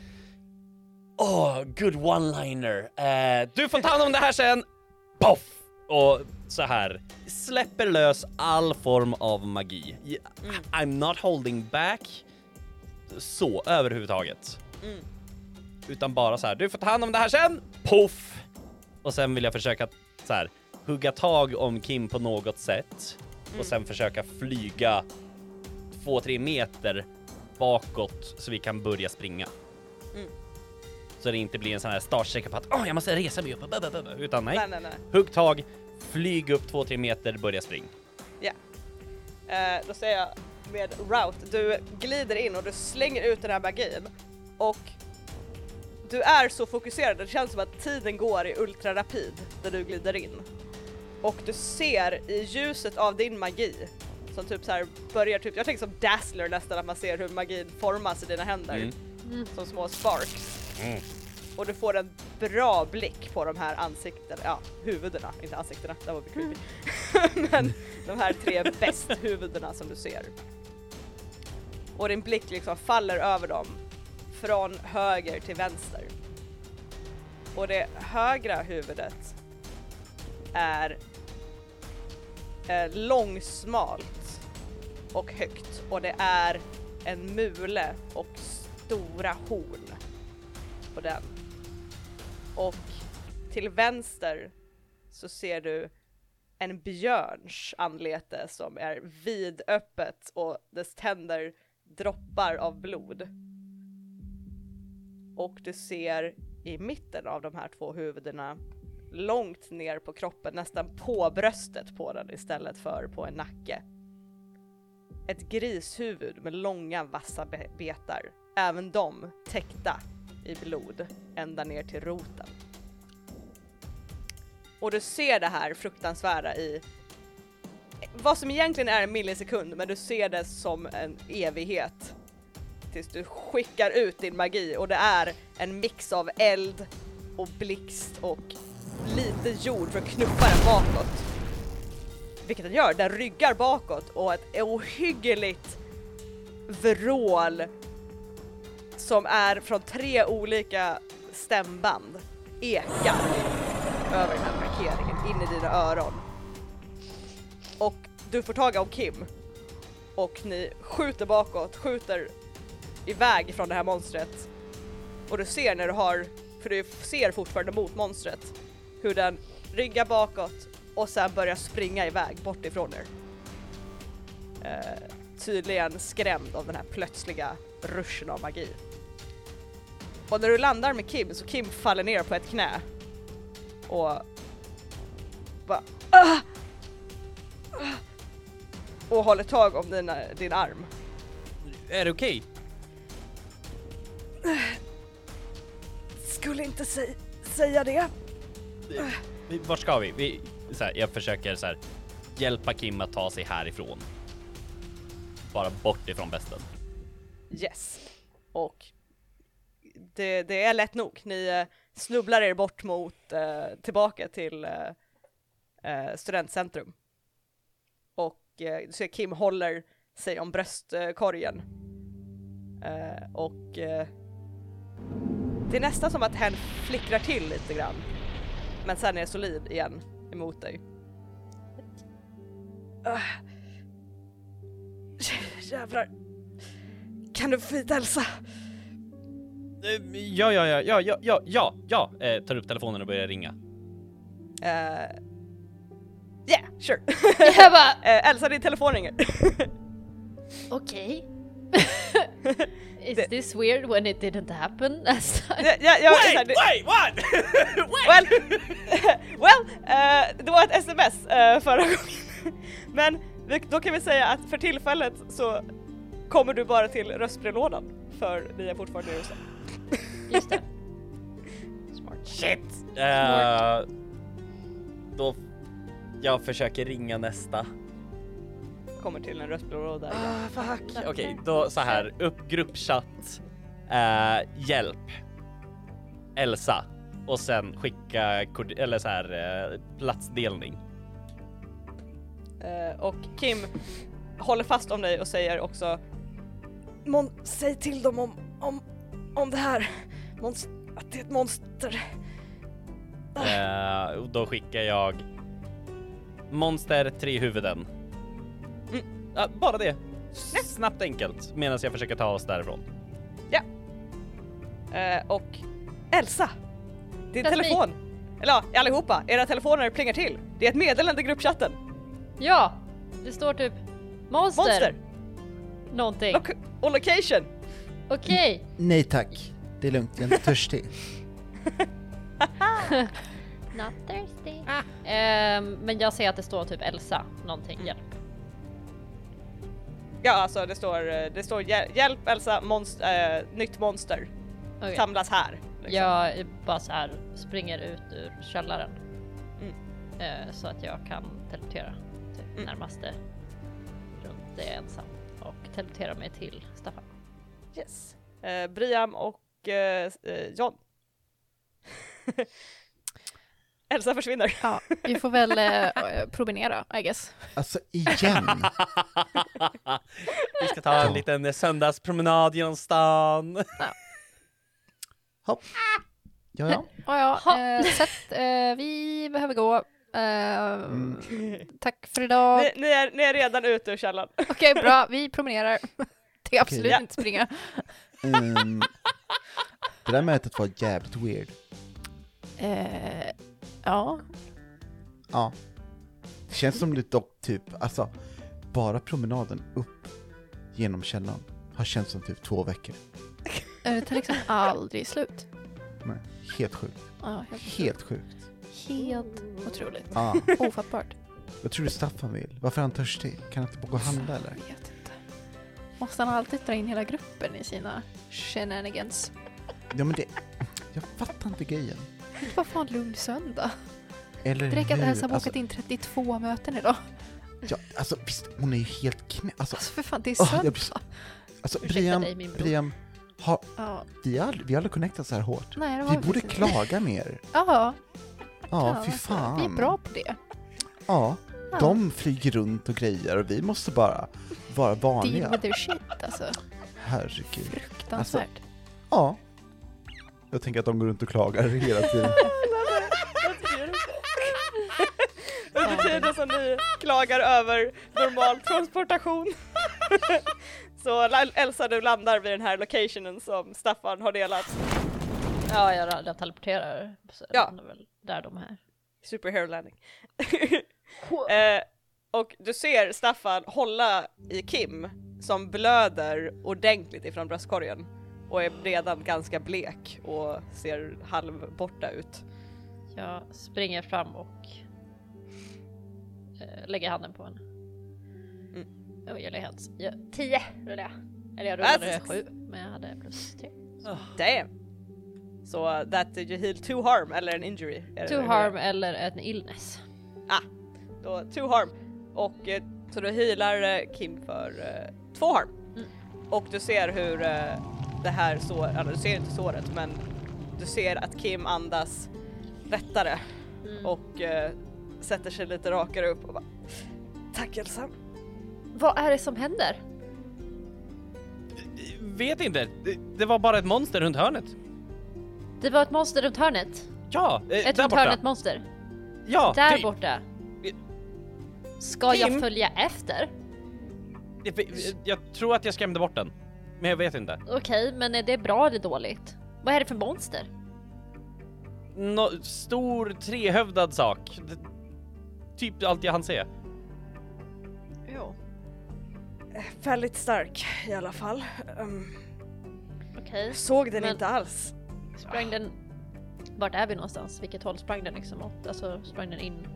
Åh, oh, good one-liner. Uh, du får ta hand om det här sen. Poff! Och så här släpper lös all form av magi. Mm. I'm not holding back. Så överhuvudtaget. Mm. Utan bara så här, du får ta hand om det här sen. Poff! Och sen vill jag försöka så här hugga tag om Kim på något sätt. Mm. Och sen försöka flyga två, tre meter bakåt så vi kan börja springa. Mm. Så det inte blir en sån här startsträcka på att åh, jag måste resa mig upp. Utan nej. Nej, nej, nej. Hugg tag, flyg upp två, tre meter, börja spring. Ja. Yeah. Uh, då säger jag med route, du glider in och du slänger ut den här magin. Och du är så fokuserad, det känns som att tiden går i ultrarapid när du glider in. Och du ser i ljuset av din magi som typ så här börjar typ, jag tänker som Dazzler nästan, att man ser hur magin formas i dina händer. Mm. Mm. Som små sparks. Mm. Och du får en bra blick på de här ansiktena, ja, huvudena, inte ansiktena, det var väl creepy. Mm. Men de här tre bäst huvudena som du ser. Och din blick liksom faller över dem från höger till vänster. Och det högra huvudet är eh, långsmalt och högt. Och det är en mule och stora horn på den. Och till vänster så ser du en björns anlete som är vidöppet och dess tänder droppar av blod. Och du ser i mitten av de här två huvudena, långt ner på kroppen, nästan på bröstet på den istället för på en nacke, ett grishuvud med långa vassa be- betar. Även de täckta i blod ända ner till roten. Och du ser det här fruktansvärda i vad som egentligen är en millisekund, men du ser det som en evighet tills du skickar ut din magi och det är en mix av eld och blixt och lite jord för att knuffa den bakåt. Vilket den gör, den ryggar bakåt och ett ohyggligt vrål som är från tre olika stämband ekar över den här markeringen in i dina öron. Och du får tag om Kim och ni skjuter bakåt, skjuter iväg från det här monstret. Och du ser när du har, för du ser fortfarande mot monstret, hur den ryggar bakåt och sen börjar springa iväg bort ifrån er. Eh, tydligen skrämd av den här plötsliga ruschen av magi. Och när du landar med Kim så Kim faller ner på ett knä och bara ah! Ah! Och håller tag om dina, din arm. Är det okej? Skulle inte sä- säga det. Vi, vart ska vi? vi så här, jag försöker så här, hjälpa Kim att ta sig härifrån. Bara bort ifrån besten. Yes. Och det, det är lätt nog. Ni eh, snubblar er bort mot eh, tillbaka till eh, eh, studentcentrum. Och eh, du ser Kim håller sig om bröstkorgen. Eh, och eh, det är nästan som att hen flickrar till lite grann. Men sen är solid igen emot dig. Uh. Jävlar. Kan du få hit Elsa? Uh, ja, ja, ja, ja, ja, ja, ja, ja. Uh, tar upp telefonen och börjar ringa. Uh, yeah, sure. Jag bara, uh, Elsa, din telefon ringer. okej. Is Det- this weird when it didn't happen? last time? Ja, ja, ja, så här, Wait, det- wait, what? Well, well eh, det var ett sms eh, förra gången. Men vi, då kan vi säga att för tillfället så kommer du bara till röstbrevlådan. För ni är fortfarande i U S A. Just det. Smart. Shit! Uh, då jag försöker ringa nästa. Kommer till en röstbrevlåda. Ah, fuck. Okej, då så här. Upp gruppchatt. Uh, hjälp. Elsa. Och sen skicka kod- eller så här uh, platsdelning. Eh, och Kim håller fast om dig och säger också Mon- säg till dem om, om, om det här. Monst- att det är ett monster. Uh, och då skickar jag monster, tre huvuden. Mm. Uh, bara det. Snabbt enkelt medan jag försöker ta oss därifrån. Eh, och Elsa, din That's telefon. Eller ja, allihopa, era telefoner plingar till. Det är ett meddelande i gruppchatten. Ja, det står typ monster. Monster. Någonting. Loc- och location. Okej. Nej tack, det är lugnt, jag är inte törstig. Not thirsty. Ehm, men jag ser att det står typ Elsa. Någonting. Hjälp. Ja, alltså det står, eh, det står hjäl- hjälp Elsa, monst- eh, nytt monster. Okej. Samlas här. liksom. Jag bara så här springer ut ur källaren. Mm. Eh, så att jag kan teleportera till Mm. närmaste runt det ensam. Och teleportera mig till Staffan. Yes. Eh, Briam och eh, eh, John. Elsa försvinner. Ja, vi får väl eh, promenera, I guess. Alltså igen. Vi ska ta en liten söndagspromenad genom stan. Hopp. Ja, ja. Ja, Ha. ja, eh, sätt, eh, vi behöver gå. Eh, Mm. Tack för idag. Ni, ni, är, ni är redan ute ur källaren. Okej, bra. Vi promenerar. Det är absolut Ja. inte springa. Um, det där mötet var jävligt weird. Eh, ja. Ja. Det känns som det dock typ, alltså, bara promenaden upp genom källaren har känts som typ två veckor. Eh, Det tar liksom aldrig slut. Nej, helt sjukt. Ja, helt, Helt sjukt. helt otroligt. Ja. Ofattbart. Vad tror du Staffan vill? Varför är han törstig? Kan han inte bara gå och handla eller? Jag vet inte. Måste han alltid dra in hela gruppen i sina shenanigans? Ja men det, jag fattar inte grejen. Det var fan lugn söndag. Eller Det räcker att hur? Elsa har Alltså, bokat in trettiotvå möten idag. ja, alltså visst, hon är ju helt knä... Alltså, Alltså för fan, det är åh, söndag. jag blir, alltså Ursäkta Brian, dig, min bror. Brian, har, Ja, vi har aldrig, vi har aldrig connectat så här hårt. nej, det har Vi vi borde faktiskt inte. klaga mer. Ja, Ja, fy alltså, fan. vi är bra på det. Ja, Ja. de flyger runt och grejer och vi måste bara vara Deal vanliga. with their shit, alltså. Herregud. Fruktansvärt. Ja. Jag tänker att de går runt och klagar hela tiden. Under tiden som ni klagar över normal transportation. Så La- Elsa, du landar vid den här locationen som Staffan har delat. Ja, jag, jag teleporterar. Så Ja. det är väl där de är. Superhero landing. eh, och du ser Staffan hålla i Kim som blöder ordentligt ifrån bröstkorgen och är redan ganska blek och ser halv borta ut. Jag springer fram och eh, lägger handen på henne. Mm. Och jag lägger hands. Jag, tio rullade jag. Eller jag That's- rullade sju, men jag hade plus tre. Damn! Så uh, that did you heal two harm eller en injury? Är det- Two harm eller en illness. Då two harm. Och eh, så du healar eh, Kim för eh, två harm. Mm. Och du ser hur eh, det här såret, alltså, du ser inte såret men du ser att Kim andas lättare Mm. och eh, sätter sig lite rakare upp och bara tack Elsa. Vad är det som händer? Vet inte. Det, det var bara ett monster runt hörnet. Det var ett monster runt hörnet. Ja, eh, Ett där runt borta. hörnet monster. Ja, Där typ. borta. Ska Kim? jag följa efter? Jag, jag tror att jag skrämde bort den. Men jag vet inte. Okej, men är det bra eller dåligt? Vad är det för monster? Nå, stor trehövdad sak. Det, typ allt jag hann se. Jo. Väldigt stark i alla fall. Um, Okej. såg den Men- inte alls. Sprang den... Vart är vi någonstans? Vilket håll sprang den liksom åt? Alltså sprang den in?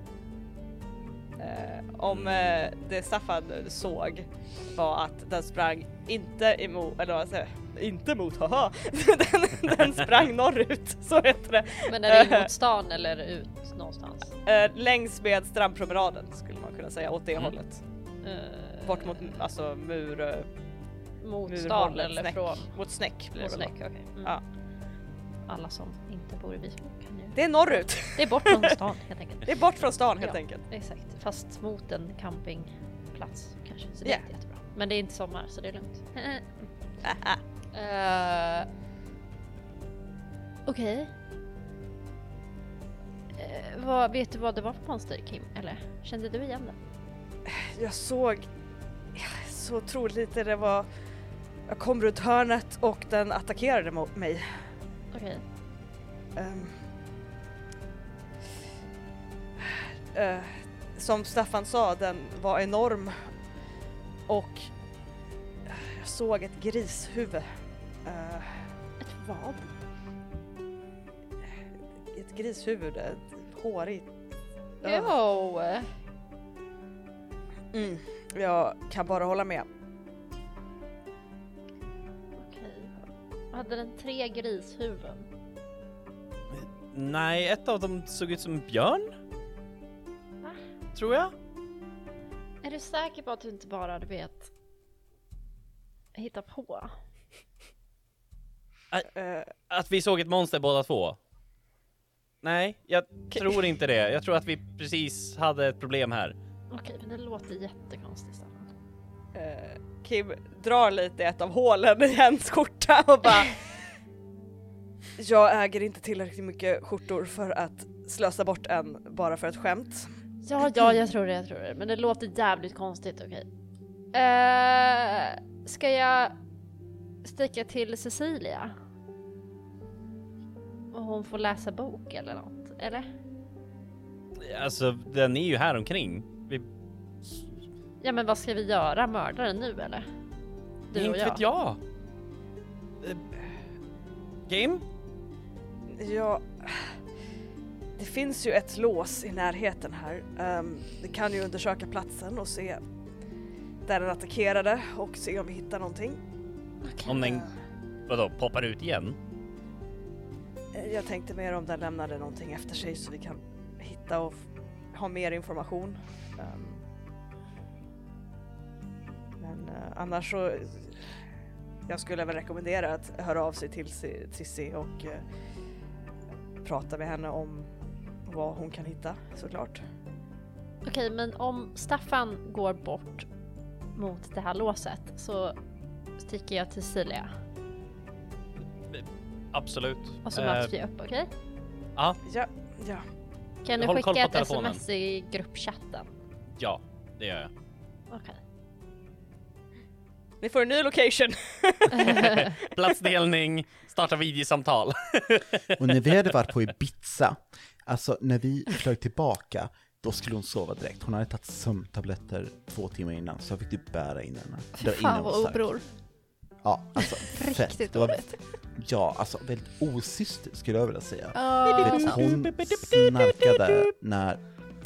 Eh, om eh, det Staffan såg var att den sprang inte emot, eller vad säger jag? Inte mot, haha! den, den sprang norrut, så heter det. Men är det in mot stan eller ut någonstans? Eh, längs med strandpromenaden skulle man kunna säga, åt det Mm. hållet. Uh, Bort mot, alltså mur, eh, mot mur- stan hållet, eller snäck. från mot snäck blir det mot väl. Snäck? Okej. Mm. Ja. Alla som inte bor i Visby kan ju... Det är norrut! Det är bort från stan helt enkelt. Det är bort från stan helt Ja. enkelt. Exakt, fast mot en campingplats kanske. Så det Ja. är inte jättebra. Men det är inte sommar så det är lugnt. Aha. Uh, Okej. Eh, vad, vet du vad det var för monster, Kim? Eller kände du igen det? Jag såg så otroligt lite, det var... Jag kom runt hörnet och den attackerade mot mig. Okej. Um, uh, som Staffan sa, den var enorm och jag såg ett grishuvud. Uh, Ett vad? ett grishuvud, ett hårigt. Uh. Jo! Mm, jag kan bara hålla med. Okej. Hade den tre grishuvuden? Nej, ett av dem såg ut som en björn. Va? Tror jag. Är du säker på att du inte bara, du vet, hitta på? Uh, Att vi såg ett monster båda två. Nej, jag tror inte det. Jag tror att vi precis hade ett problem här. Okej, men det låter jättekonstigt. Staffan. uh, Kim drar lite i ett av hålen i hennes skjorta och bara... Jag äger inte tillräckligt mycket skjortor för att slösa bort en bara för ett skämt. Ja, ja, jag tror det, jag tror det. Men det låter jävligt konstigt, okej. Eh, ska jag sticka till Cecilia? Och hon får läsa bok eller något, eller? Alltså, den är ju här omkring. Vi... Ja, men vad ska vi göra? Mörda den nu, eller? Du och inte jag. vet jag. Eh, Game? Ja, det finns ju ett lås i närheten här. Um, vi kan ju undersöka platsen och se där den attackerade och se om vi hittar någonting. Om den, Uh, vadå, poppar ut igen? jag tänkte mer om den lämnade någonting efter sig så vi kan hitta och f- ha mer information. Um, men uh, annars så jag skulle väl rekommendera att höra av sig till Si- Cissi och uh, prata med henne om vad hon kan hitta, såklart. Okej, men om Staffan går bort mot det här låset så sticker jag till Cecilia. Absolut. Och så Eh, möts vi upp, okej? Ja, Ja, ja. Kan du håll koll skicka på ett telefonen. sms i gruppchatten? ja, det gör jag. Okej. Ni får en ny location. Platsdelning, starta videosamtal. Och när vi hade varit på Ibiza, alltså när vi flög tillbaka, då skulle hon sova direkt. Hon hade tagit sömntabletter två timmar innan, så jag fick typ bära in henne. Fy Där inne fan var vad starkt. obror. Ja, alltså fett. Riktigt Det var, dåligt. ja, alltså väldigt osyster skulle jag vilja säga. Ja, Du vet, sant. hon snarkade när...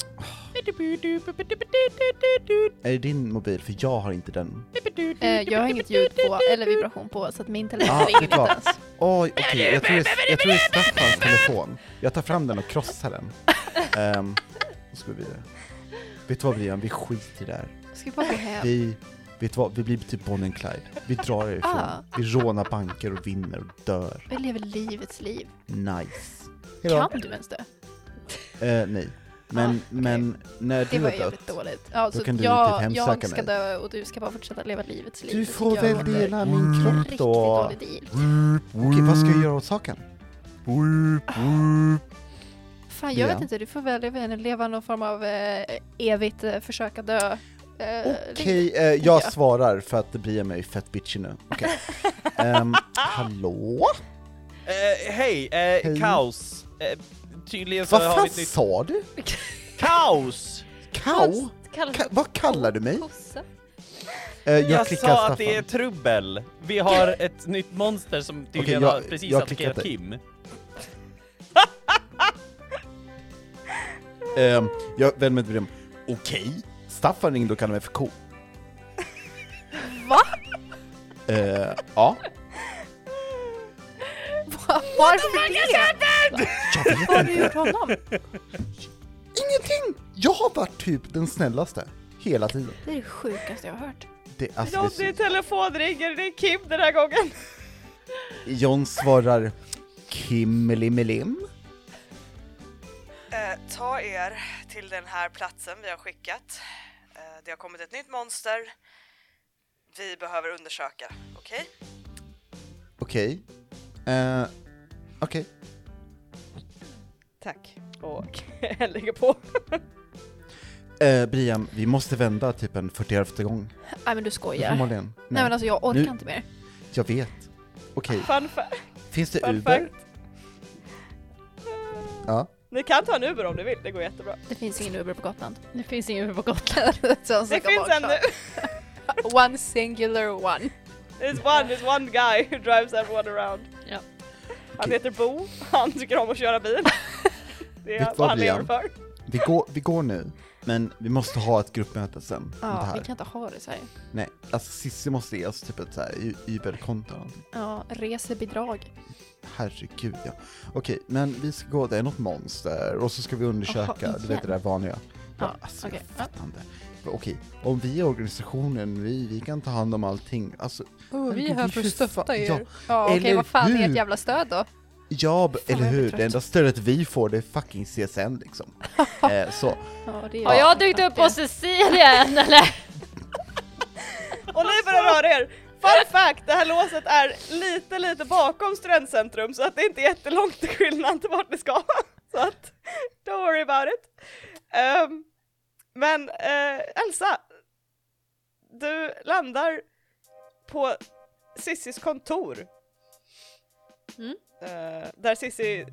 Är det din mobil? För jag har inte den. Eh, jag har inget ljud på eller vibration på så att min telefon Ja, ringer vet du vad? inte ens. Oj, okej, jag tror det är, jag tror det är Staffans telefon. Jag tar fram den och krossar den. Um, då ska vi vidare. Vet du vad vi gör? Vi skiter i det här. Ska vi bara gå hem? Vi, vet du vad? Vi blir typ Bonnie and Clyde. Vi drar ifrån. Ah. Vi rånar banker och vinner och dör. Vi lever livets liv. Nice. Hejdå. Kan du ens det? Eh, nej. Men, Ah, okej. men när Det du var har jävligt dött. dåligt. Ja, Då så kan du jag, typ hemsöka jag ska mig. dö och du ska bara fortsätta leva livets liv. Du Det får tycker jag väl låter dela min en kropp riktigt då. dålig deal. Okej, vad ska jag göra åt saken? Fan, jag Bea. vet inte. Du får väl leva, leva någon form av eh, evigt eh, försöka dö. Eh, liv. Okej, eh, jag svarar för att det blir mig fett bitchy nu. Okej. Ehm, hallå? Eh, Hej, eh, Hej. kaos. Eh, tydligen så Vad har fan vi ett nytt... sa du? Kaos! Kau? Kallar Ka- vad kallar du mig? Kossa. Eh, jag Jag klickar sa Staffan. att det är trubbel. Vi har ett nytt monster som tydligen jag- har precis jag attackerat klickade. Kim. Eh, jag vänder mig till dem. Okej, Staffan ringde och kallade mig för ko. Va? Eh, ja. Va- Varför det? Jag vet Vad har du inte. gjort honom? Ingenting! Jag har varit typ den snällaste. Hela tiden. Det är det sjukaste jag har hört. Det, alltså, Ja, det är din så... telefon ringer, det är Kim den här gången. John svarar Kimmelimmelim. Eh, ta er till den här platsen vi har skickat. Eh, det har kommit ett nytt monster. Vi behöver undersöka, okej? Okej. Eh, Okej. Tack. Och jag lägger på. Eh, Brian, vi måste vända typ en fyrtioelfte gång. Nej men du skojar. Förmodligen. Nej, Nej men alltså jag orkar Nu- inte mer. jag vet. Okej, Fun fact. finns det Fun Uber? fact. Ja. Ni kan ta en Uber om ni vill, det går jättebra. Det finns ingen Uber på Gotland. Det finns ingen Uber på Gotland. det Det finns en nu. One singular one. There's one, there's one guy who drives everyone around. Ja. Han Okej. heter Bo, han tycker om att köra bil. Det är Vet vad vad, han lever Brian? för. Vi går, vi går nu, men vi måste ha ett gruppmöte sen om det Ja, här. vi kan inte ha det så här. Nej, alltså Sissi måste ge oss typ ett så här U- Uber-konto eller någonting. Ja, resebidrag. Herregud, ja. Okej, men vi ska gå, det är något monster och så ska vi undersöka, Jaha, du vet det där vanliga. Ja, Ja, alltså okej, jag fattar inte. Okej, om vi är organisationen, vi, vi kan ta hand om allting. Alltså, Oh, vi är här för att stötta er. Ja, ja okej, eller vad fan är hur? ert jävla stöd då? ja, b- Fan, eller jag blir hur? trött. Det enda stödet vi får, det är fucking C S N liksom. eh, så. Ja, det är Har jag dykt upp på Sicilien eller? Och ni börjar röra er. Fun fact, det här låset är lite lite bakom studentcentrum så att det är inte jättelångt till skillnad till vart ni ska. Så att, don't worry about it. Um, men uh, Elsa, du landar på Sissis kontor. Mm. Uh, där Sissi...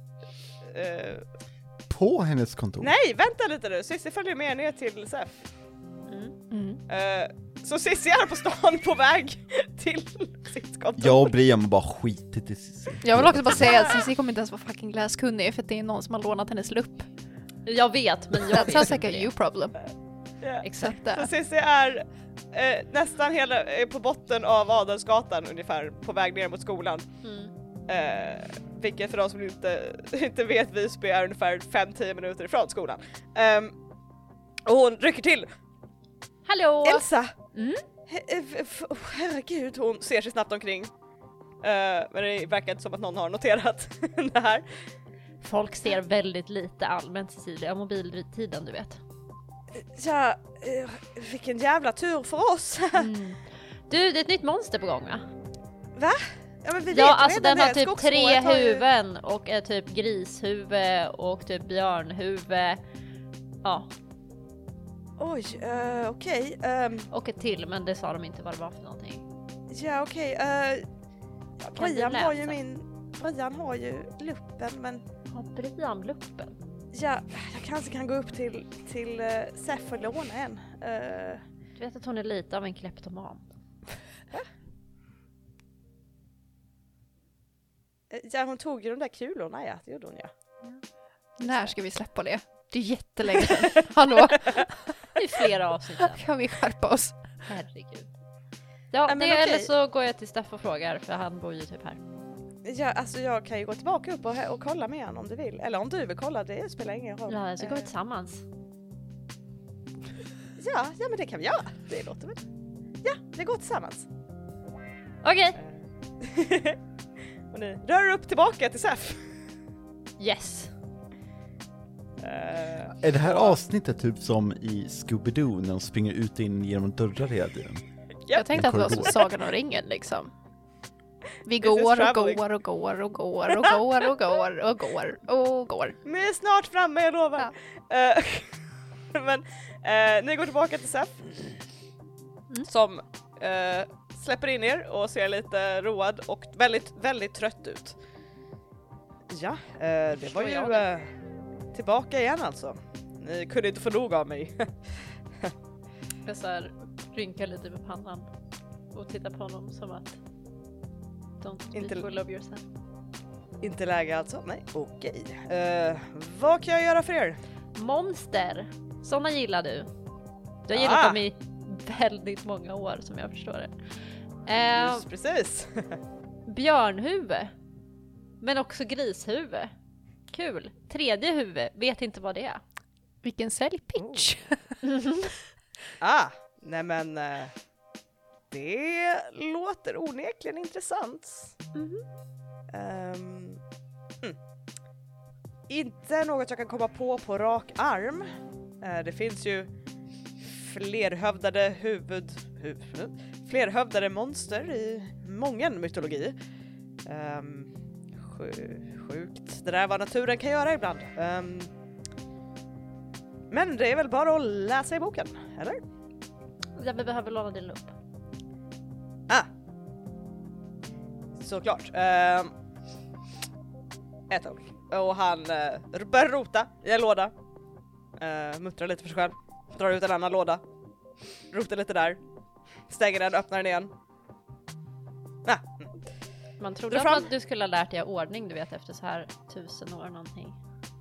Uh, På hennes kontor? nej, vänta lite nu. Sissi följer med ner till S E F. Mm. Mm. Uh, så Sissi är på stan på väg till sitt kontor. Jag och Brian har bara skitit i Sissi. Jag vill också bara säga att Cissi kommer inte ens vara fucking läskunnig för att det är någon som har lånat hennes lupp. Jag vet, men jag That vet sounds inte like a det. you problem. Yeah. Exakt. Så Så att, Cissi är eh, nästan hela eh, på botten av Adelsgatan ungefär på väg ner mot skolan. Mm. Eh, vilket för de som inte, inte vet Visby är ungefär fem till tio minuter ifrån skolan. Ehm, och hon rycker till. Hallå! Elsa! Mm? He- eh, f- f- oh, herregud, hon ser sig snabbt omkring. Eh, men det verkar inte som att någon har noterat det här. Folk ser väldigt lite allmänt Cecilia, mobiltiden du vet. Ja, eh, vilken jävla tur för oss. Mm. Du, det är ett nytt monster på gång va? Va? Ja, men vi vet Ja, ju alltså redan den har det. typ Skogsspåret tre har ju- huvuden och är typ grishuvud och typ björnhuvud. Ja, Oj, uh, okej. ehm, och ett till, men det sa de inte vad det var för någonting. Ja okej, okay. Kan Brian du har ju läsa? min, Brian har ju luppen men Har Brian luppen? ja, jag kanske kan gå upp till, till uh, S E F och låna en. Uh, Du vet att hon är lite av en kleptoman. ja hon tog ju de där kulorna, ja det gjorde hon ja. när ska vi släppa det? Det är jättelänge sedan. Hallå? Det är flera avsnitt sedan. Kan vi skärpa oss? Herregud. Ja, Ja, men det, okej. eller så går jag till Staff och frågar, för han bor ju typ här. Ja alltså jag kan ju gå tillbaka upp och, och kolla med honom om du vill. Eller om du vill kolla, det spelar ingen roll. Ja, så går vi Eh, tillsammans. ja, ja men det kan vi göra. Det låter väl. Ja, vi går tillsammans. Okej, Och ni rör upp tillbaka till S E F. yes. Eh, Är det här avsnittet typ som i Scooby-Doo när de springer ut och in genom dörrar hela tiden? Jag tänkte att det var som korridor. Sagan om ringen liksom. Vi This is går och traveling. går och går och går och går och går och går och går. Vi är snart framme, jag lovar. Eh, men eh, ni går tillbaka till S E F. Mm. Som eh, släpper in er och ser lite road och väldigt, väldigt trött ut. Ja, eh, det var Förstår jag ju eh, tillbaka igen alltså. Ni kunde inte få nog av mig. Jag så här, rynkar lite på pannan och tittar på honom som att don't be Inte- full of yourself. Inte läge alltså? Nej, okej. Eh, vad kan jag göra för er? Monster, såna gillar du. Du har gillat Ah. dem i väldigt många år som jag förstår det. Eh, Just precis. björnhuvud, men också grishuvud. Kul. Tredje huvud, vet inte vad det är. Vilken säljpitch. Ah, nej men eh, det låter onekligen intressant. Mhm. Ehm, mm. Inte något jag kan komma på på rak arm. Eh, det finns ju flerhövdade huvud, huvud flerhövdade monster i mången mytologi. Um, sjukt. Det där är vad naturen kan göra ibland. Ehm, men det är väl bara att läsa i boken, eller? Ja, vi behöver låna din lupp. Ah. Såklart. Um, ett ögonblick. Och han uh, börjar rota i en låda. Uh, muttrar lite för sig själv. Drar ut en annan låda. Rotar lite där. Stänger den, öppnar den igen. Ah. Man trodde Dra fram. att du skulle ha lärt dig ordning, du vet, efter så här tusen år någonting.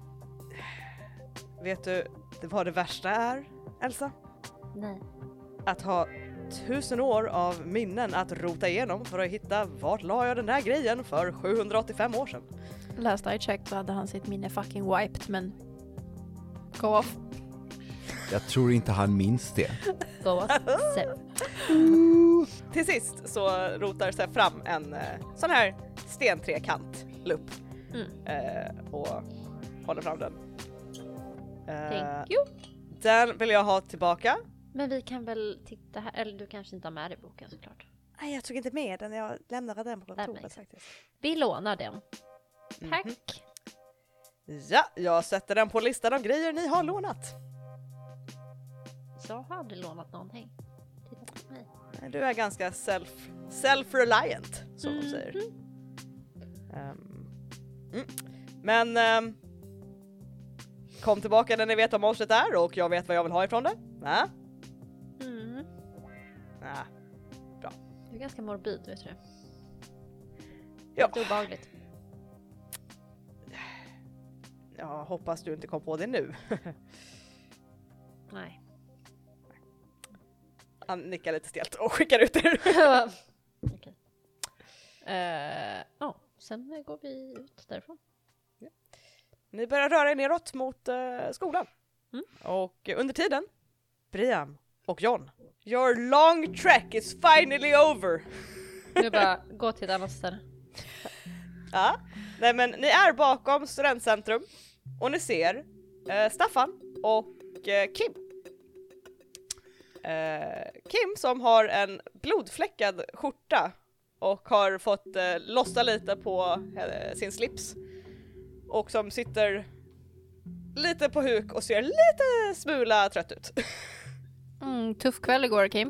Vet du vad det värsta är, Elsa? Nej. Att ha tusen år av minnen att rota igenom för att hitta vart la jag den där grejen för sjuhundraåttiofem år sedan. Last I checked så hade han sitt minne fucking wiped, men go off. Jag tror inte han minns det. Go off. Sev. Till sist så rotar sig fram en eh, sån här stentrekant lupp Mm. eh, och håller fram den. Eh, Thank you. Den vill jag ha tillbaka. Men vi kan väl titta här, eller du kanske inte har med dig boken såklart. Nej, jag tog inte med den. Jag lämnade den på kontoret makes faktiskt. Vi lånar den. Tack. Mhm. Ja, jag sätter den på listan av grejer ni har lånat. Jag har aldrig lånat någonting. Titta på mig. Du är ganska self, self-reliant, som de Mhm. säger. Um, mm. Men um, kom tillbaka när ni vet vad monstret är och jag vet vad jag vill ha ifrån det. Nä? Mm. Nä. Du är ganska morbid, vet du. Ja. Lite obehagligt. Jag hoppas du inte kom på det nu. Nej. Han nickar lite stelt och skickar ut er. Okej. Eh, ja, sen går vi ut därifrån. Ni börjar röra er neråt mot uh, skolan. Mm. Och under tiden, Brian och John, your long trek is finally over. Nu bara gå till ett annat ställe. Ja, nej men ni är bakom studentcentrum och ni ser eh, Staffan och eh, Kim. Eh, Kim som har en blodfläckad skjorta och har fått eh, lossa lite på eh, sin slips och som sitter lite på huk och ser lite smula trött ut. Mm, tuff kväll igår, Kim.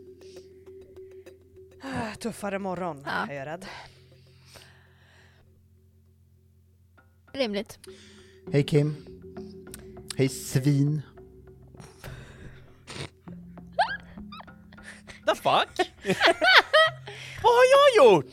Tuffare morgon, Ja. är jag rädd. Rimligt. Hej Kim. Hej svin. The fuck? Vad har jag gjort?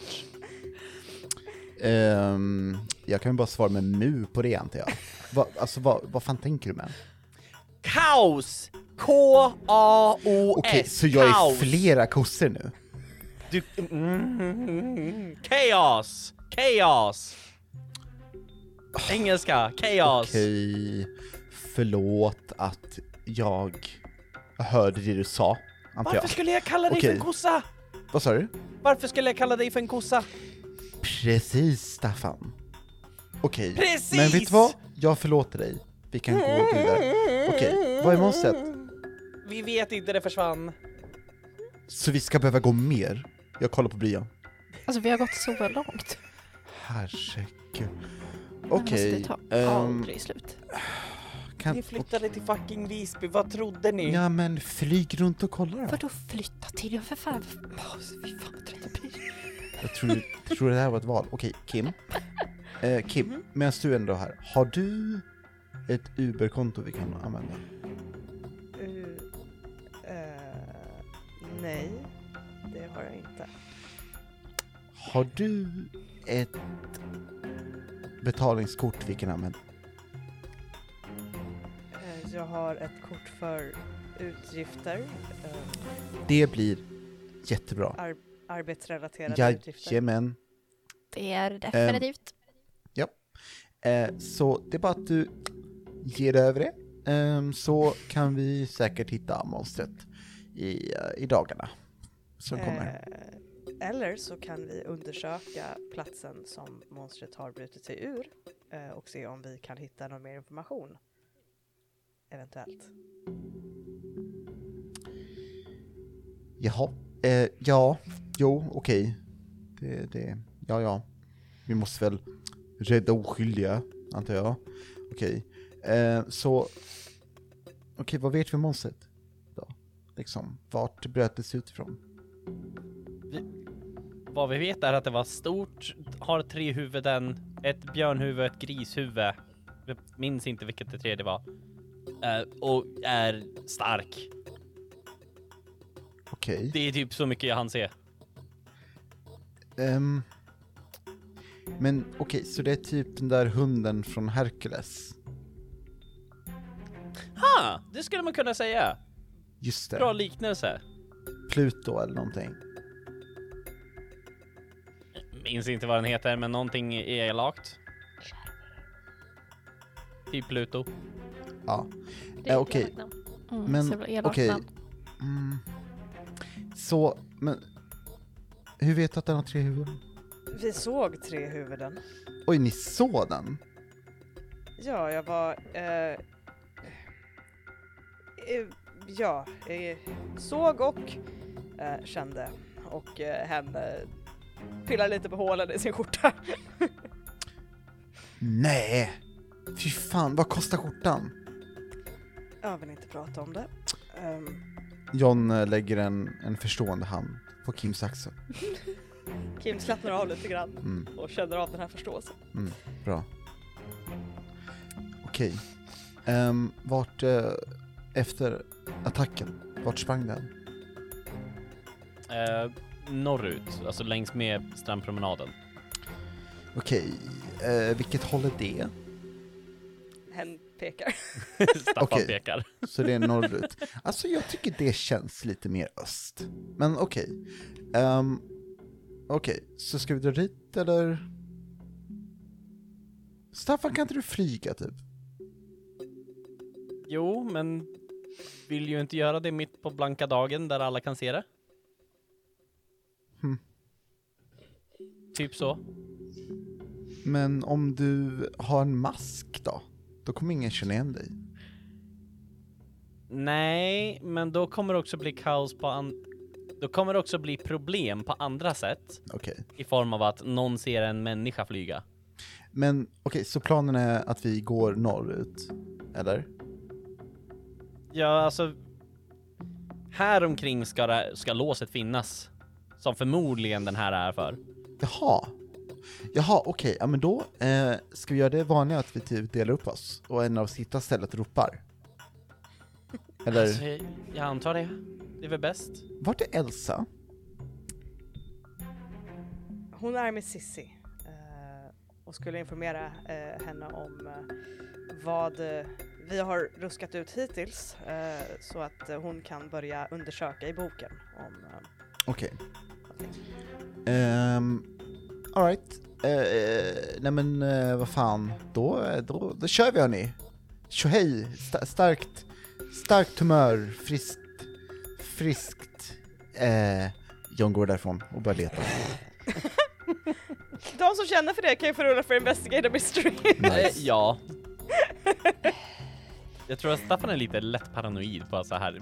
Ehm, jag kan ju bara svara med mu på det, antar jag. Va, alltså vad, vad fan tänker du med? Kaos! K A O S. Okej, så jag är Kaos. flera kossor nu? Du... Mm. Chaos! Chaos! Engelska, chaos. Okej, förlåt att jag hörde det du sa, antar Varför jag. skulle jag kalla dig Okej. för en kossa? Vad sa du? Varför skulle jag kalla dig för en kossa? Precis, Staffan. Okej, Precis! men vet du vad? Jag förlåter dig. Vi kan gå vidare. Okej, vad är monstret? Vi vet inte, det försvann. Så vi ska behöva gå mer? Jag kollar på Brian. Alltså vi har gått så långt. Herregud. Men Okej. alltså, det tar ehm, aldrig slut. kan... Vi flyttade till fucking Visby, vad trodde ni? Ja, men flyg runt och kolla då. Vadå flytta till? Jag för fan. Åh, fy fan vad trött jag blir. Jag tror, jag tror det här var ett val. Okej, Kim. Eh, Kim, medan du ändå är här. Har du ett Uber-konto vi kan använda? Uh, uh, Nej, det har jag inte. Har du ett betalningskort vi kan använda? Eh, Jag har ett kort för utgifter, eh, Det blir jättebra. ar- arbetsrelaterade utgifter. Jajamän. Det är definitivt. Eh, så det är bara att du ger över det. Eh, så kan vi säkert hitta monstret i, uh, i dagarna som kommer. Eh, eller så kan vi undersöka platsen som monstret har brutit sig ur eh, och se om vi kan hitta någon mer information. Eventuellt. Jaha. Eh, ja, jo, okej. Det, det, ja, ja. Vi måste väl rädda oskyldiga, antar jag. Okej. Eh, så, okej, vad vet vi om monstret då? Liksom, vart bröt det sig utifrån? Vad vi vet är att det var stort, har tre huvuden, ett björnhuvud, ett grishuvud. Jag minns inte vilket det tredje var. Eh, och är stark. Okej. Det är typ så mycket jag hann se. Ehm, men okej, så det är typ den där hunden från Hercules. Ha! Det skulle man kunna säga. Just det. Bra liknelse. Pluto eller någonting. Minns inte vad den heter, men någonting elakt. Typ Pluto. Ja. Det är Eh, okej. elakt namn. Mm, Men, så jävla elakt okej. namn. Mm. Så, men hur vet du att den har tre huvuden? Vi såg tre huvuden. Oj, ni såg den? Ja, jag var... Eh, eh, ja, eh, såg och eh, kände. Och eh, hen eh, pillar lite på hålen i sin skjorta. Nej! Fy fan, vad kostar skjortan? Jag vill inte prata om det. Um, John eh, lägger en, en förstående hand på Kims axel. Kim slappnar av lite grann Mm, och känner av den här förståelsen. mm, bra. Okej. Ehm, vart, eh, efter attacken, vart sprang den? Eh, norrut, alltså längs med strandpromenaden. Okej, eh, vilket håll är det? Hen pekar. Staffan Okej. pekar. Så det är norrut. Alltså jag tycker det känns lite mer öst. Men okej. Ehm, okej, så ska vi dra dit eller? Staffan, kan inte du flyga typ? Jo, men vill ju inte göra det mitt på blanka dagen där alla kan se det. Hmm. Typ så. Men om du har en mask då? Då kommer ingen känna igen dig. Nej, men då kommer det också bli kaos på an- då kommer det också bli problem på andra sätt. Okej. I form av att någon ser en människa flyga. Men okej, så planen är att vi går norrut? Eller? Ja, alltså här omkring ska, det, ska låset finnas. Som förmodligen den här är för. Jaha. Jaha, okej. Ja, men då eh, ska vi göra det vanliga att vi typ delar upp oss. Och en av oss hittar stället ropar. Eller, Alltså, jag antar det. Det är väl bäst. vart är Elsa? Hon är med Sissi eh, och skulle informera eh, henne om eh, vad eh, vi har ruskat ut hittills eh, så att eh, hon kan börja undersöka i boken om eh, Okej. någonting. Um, Alright. Uh, nej men uh, vad fan. Då, då, då kör vi hörni. Tjohej. Sta- starkt. Starkt humör. Friskt. Friskt. Uh, John går därifrån och börjar leta. De som känner för det kan ju få rulla för Investigate a Mystery. Nice. Eh, ja. Jag tror att Staffan är lite lätt paranoid på så här.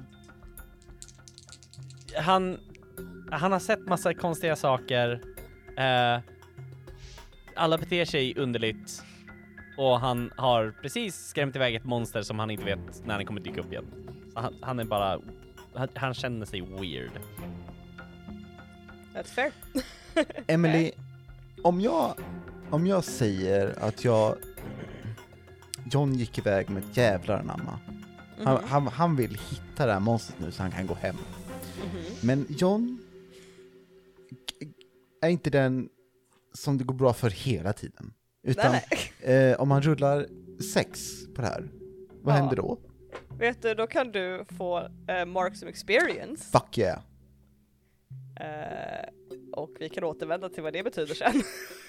Han, han har sett massa konstiga saker. Eh, alla beter sig underligt. Och han har precis skrämt iväg ett monster som han inte vet när han kommer dyka upp igen. Så han, han är bara... Han, han känner sig weird. That's fair. Emily, om jag, om jag säger att jag... John gick iväg med ett jävlar anamma. Han, Mhm. han, han vill hitta det här monstret nu så han kan gå hem. Mhm. Men John är inte den som det går bra för hela tiden. Utan Nej, nej. Eh, om man rullar sex på det här, vad Ja. händer då? Vet du, då kan du få uh, mark som experience. Fuck yeah. Uh, och vi kan återvända till vad det betyder sen.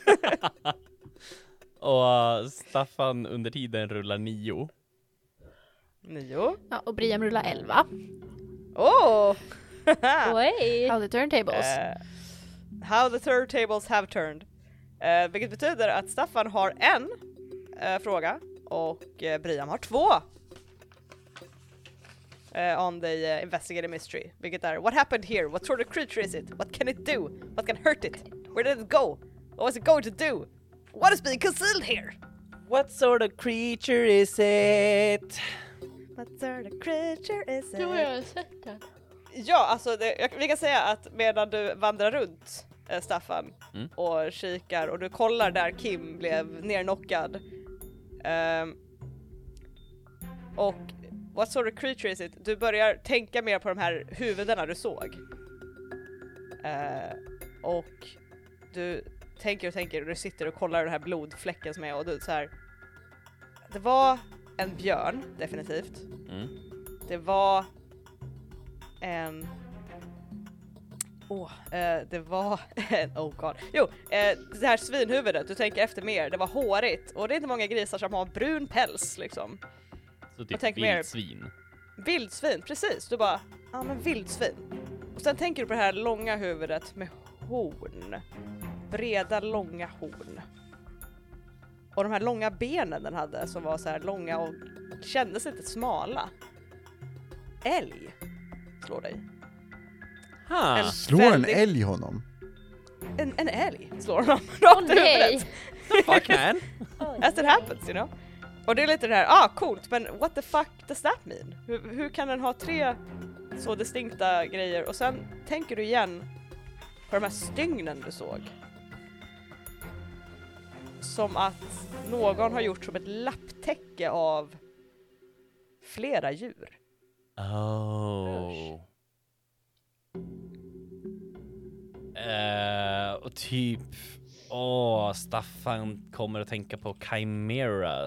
Och uh, Staffan under tiden rullar nio. Nio. Ja, och Briam rullar elva. Oh! Oj! How the turntables. Eh, how the turntables have turned. Uh, vilket betyder att Staffan har en uh, fråga och uh, Briam har två. Uh, on the uh, investigative mystery. Vilket är, what happened here? What sort of creature is it? What can it do? What can hurt it? Where did it go? What was it going to do? What is being concealed here? What sort of creature is it? What sort of creature is Tror it? jag har sett det. Ja, alltså det, jag, vi kan säga att medan du vandrar runt, eh, Staffan, Mm. och kikar och du kollar där Kim blev nerknockad. ehm, och what sort of creature is it? Du börjar tänka mer på de här huvudena du såg. Eh, och du tänker och tänker och du sitter och kollar den här blodfläcken som är och du så här. Det var en björn, definitivt. Mm. Det var en... Åh, oh, eh, det var en... Oh god. Jo, eh, det här svinhuvudet, du tänker efter mer. Det var hårigt. Och det är inte många grisar som har brun päls, liksom. Så typ tänk mer- vildsvin. Vildsvin, precis. Du bara, ja men vildsvin. Och sen tänker du på det här långa huvudet med horn. Breda, långa horn. Och de här långa benen den hade som var så här långa och kändes lite smala. Älg slår dig. Ha. En- Slår en väldigt- älg honom? En, en älg slår honom Åh rakt i nej! huvudet. Fuck man. As it happens, you know. Och det är lite det här, ah coolt, men what the fuck does that mean? Hur, hur kan den ha tre så distinkta grejer? Och sen tänker du igen på de här stygnen du såg. Som att någon har gjort som ett lapptäcke av flera djur. Oh. Eh, och typ... Åh, Staffan kommer att tänka på Chimera.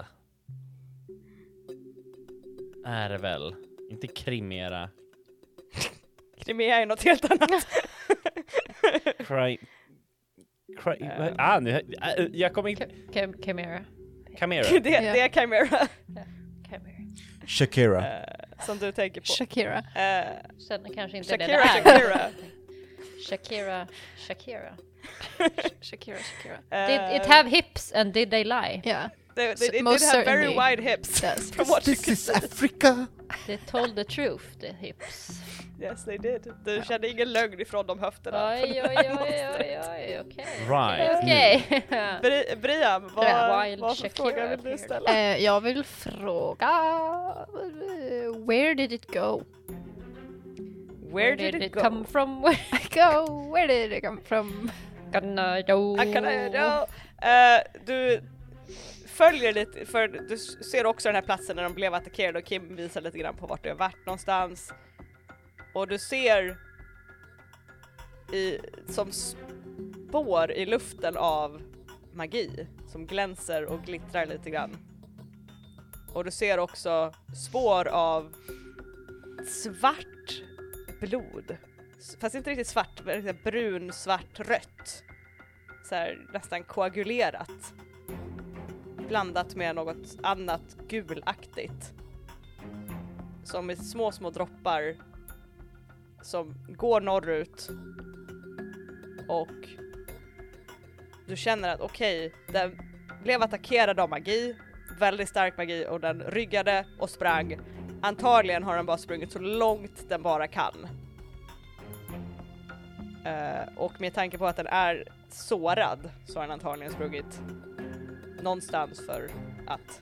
Är det väl? Inte Krimera. Krimea är något helt annat. Cry... Cry... vad- Ah, nu... äh, Jag kommer inte... Cam- Chimera. Chimera. det, det är Chimera. Chimera. Shakira. eh, som du tänker på. Shakira. Eh, Känner kanske inte Shakira, det där. Shakira. Shakira. Shakira. Shakira, Shakira. Did it Eh, have hips and did they lie? Yeah. They, they, it Most did have very certainly. wide hips. Yes. From what you This could is see. Africa! They told the truth, the hips. Yes, they did. Du kände ingen lögn ifrån de höfterna. Oj, oj, oj, oj, oj, okej. Right. Okej. Bri- Briam, Yeah, vad, wild vad för Shakira fråga vill du appeared. ställa? Eh, jag vill fråga... eh, Where did it go? Where did it go? come from? Where Go? Where did it come from? gonna go? I can't know. Eh, du följer lite, för du ser också den här platsen när de blev attackerade och Kim visar lite grann på vart du har varit någonstans. Och du ser i, som spår i luften av magi som glänser och glittrar lite grann. Och du ser också spår av svart blod. Fast inte riktigt svart, men riktigt brun, svart, rött. Så här, nästan koagulerat. Blandat med något annat gulaktigt. Som med små, små droppar som går norrut. Och du känner att okej, okay, den blev attackerad av magi. Väldigt stark magi och den ryggade och sprang. Antagligen har den bara sprungit så långt den bara kan. Uh, och med tanke på att den är sårad så har den antagligen sprungit någonstans för att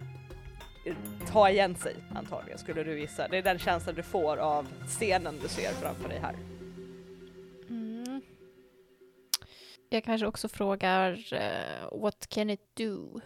ta igen sig, antagligen skulle du gissa. Det är den känslan du får av scenen du ser framför dig här. Mm. Jag kanske också frågar uh, what can it do?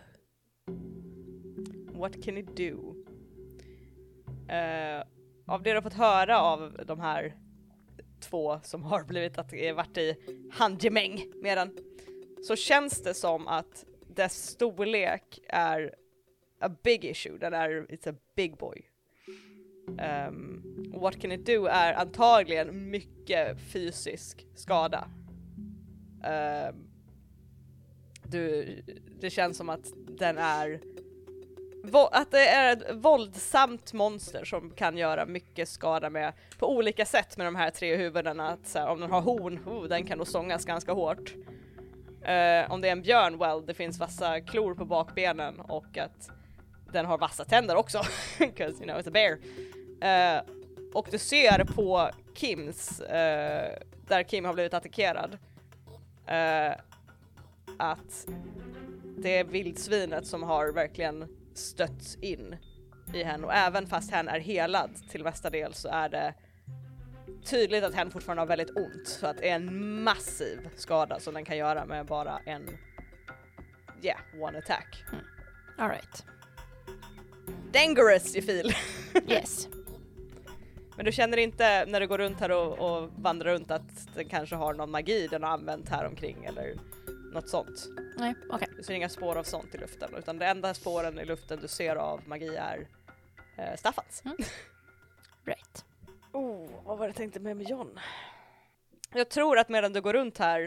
What can it do? Uh, av det du har fått höra av de här två som har blivit att varit i handgemäng med den, så känns det som att dess storlek är a big issue. Den är, it's a big boy. Um, what can it do är antagligen mycket fysisk skada. Um, du, det känns som att den är att det är ett våldsamt monster som kan göra mycket skada med på olika sätt med de här tre huvudena. Att så här, om den har horn, oh, den kan då stångas ganska hårt. Uh, om det är en björn, well, det finns vassa klor på bakbenen och att den har vassa tänder också. Because, you know, it's a bear. Uh, och du ser på Kims, uh, där Kim har blivit attackerad, uh, att det är vildsvinet som har verkligen stötts in i henne. Och även fast hen är helad till mesta del så är det tydligt att hen fortfarande har väldigt ont. Så att det är en massiv skada som den kan göra med bara en yeah, one attack. Mm. All right. Dangerous, you feel. Yes. Men du känner inte när du går runt här och, och vandrar runt att den kanske har någon magi den har använt här omkring eller något sånt? Nej, okej. Okay. Du ser inga spår av sånt i luften, utan det enda spåren i luften du ser av magi är eh, Staffans. Mm. Right. Oh, vad var det jag tänkte med med John? Jag tror att medan du går runt här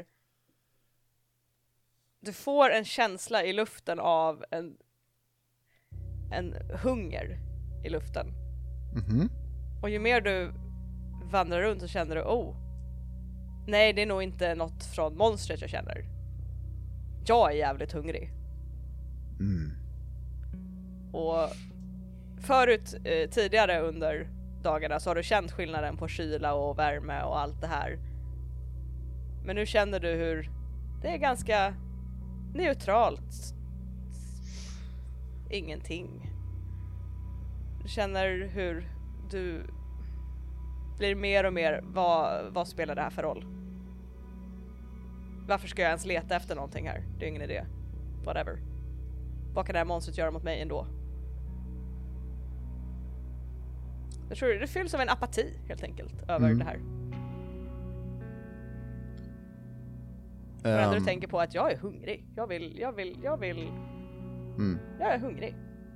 du får en känsla i luften av en en hunger i luften. Mhm. Och ju mer du vandrar runt så känner du, oh, nej, det är nog inte något från monstret jag känner. Jag är jävligt hungrig. Mm. Och förut, eh, tidigare under dagarna så har du känt skillnaden på kyla och värme och allt det här. Men nu känner du hur det är ganska neutralt. Ingenting. Du känner hur du blir mer och mer, vad, vad spelar det här för roll? Varför ska jag ens leta efter någonting här? Det är ingen idé. Whatever. Vad kan det här monstret göra mot mig ändå? Jag tror det fylls av en apati helt enkelt över Mm. det här. Det enda du Ehm, tänker på är att jag är hungrig. Jag vill, jag vill, jag vill, mm. jag är hungrig.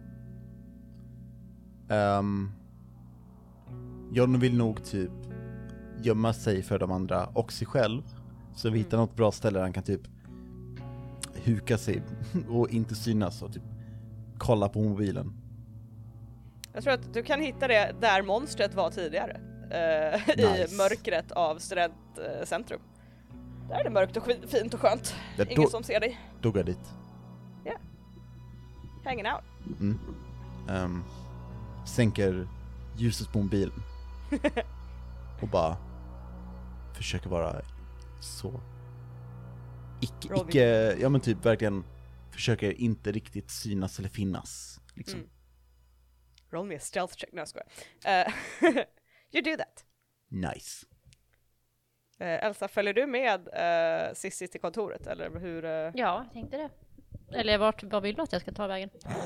Um, John vill nog typ gömma sig för de andra och sig själv. Så vi hittar något bra ställe där han kan typ huka sig och inte synas och typ kolla på mobilen. Jag tror att du kan hitta det där monstret var tidigare. Uh, Nice. I mörkret av studentcentrum. Där är det mörkt och sk- fint och skönt. Där Ingen då- som ser dig. Då går jag dit. Hanging out. Mm. Um, sänker ljuset på mobilen. Och bara försöker vara så icke, Roll icke, ja men typ verkligen försöker inte riktigt synas eller finnas liksom. Mm. Roll me a stealth check. No, jag skojar. Uh, you do that. Nice. Uh, Elsa, följer du med uh, Sissi till kontoret? Eller hur? Uh... Ja, jag tänkte det. Eller vart, vad vill du att jag ska ta vägen?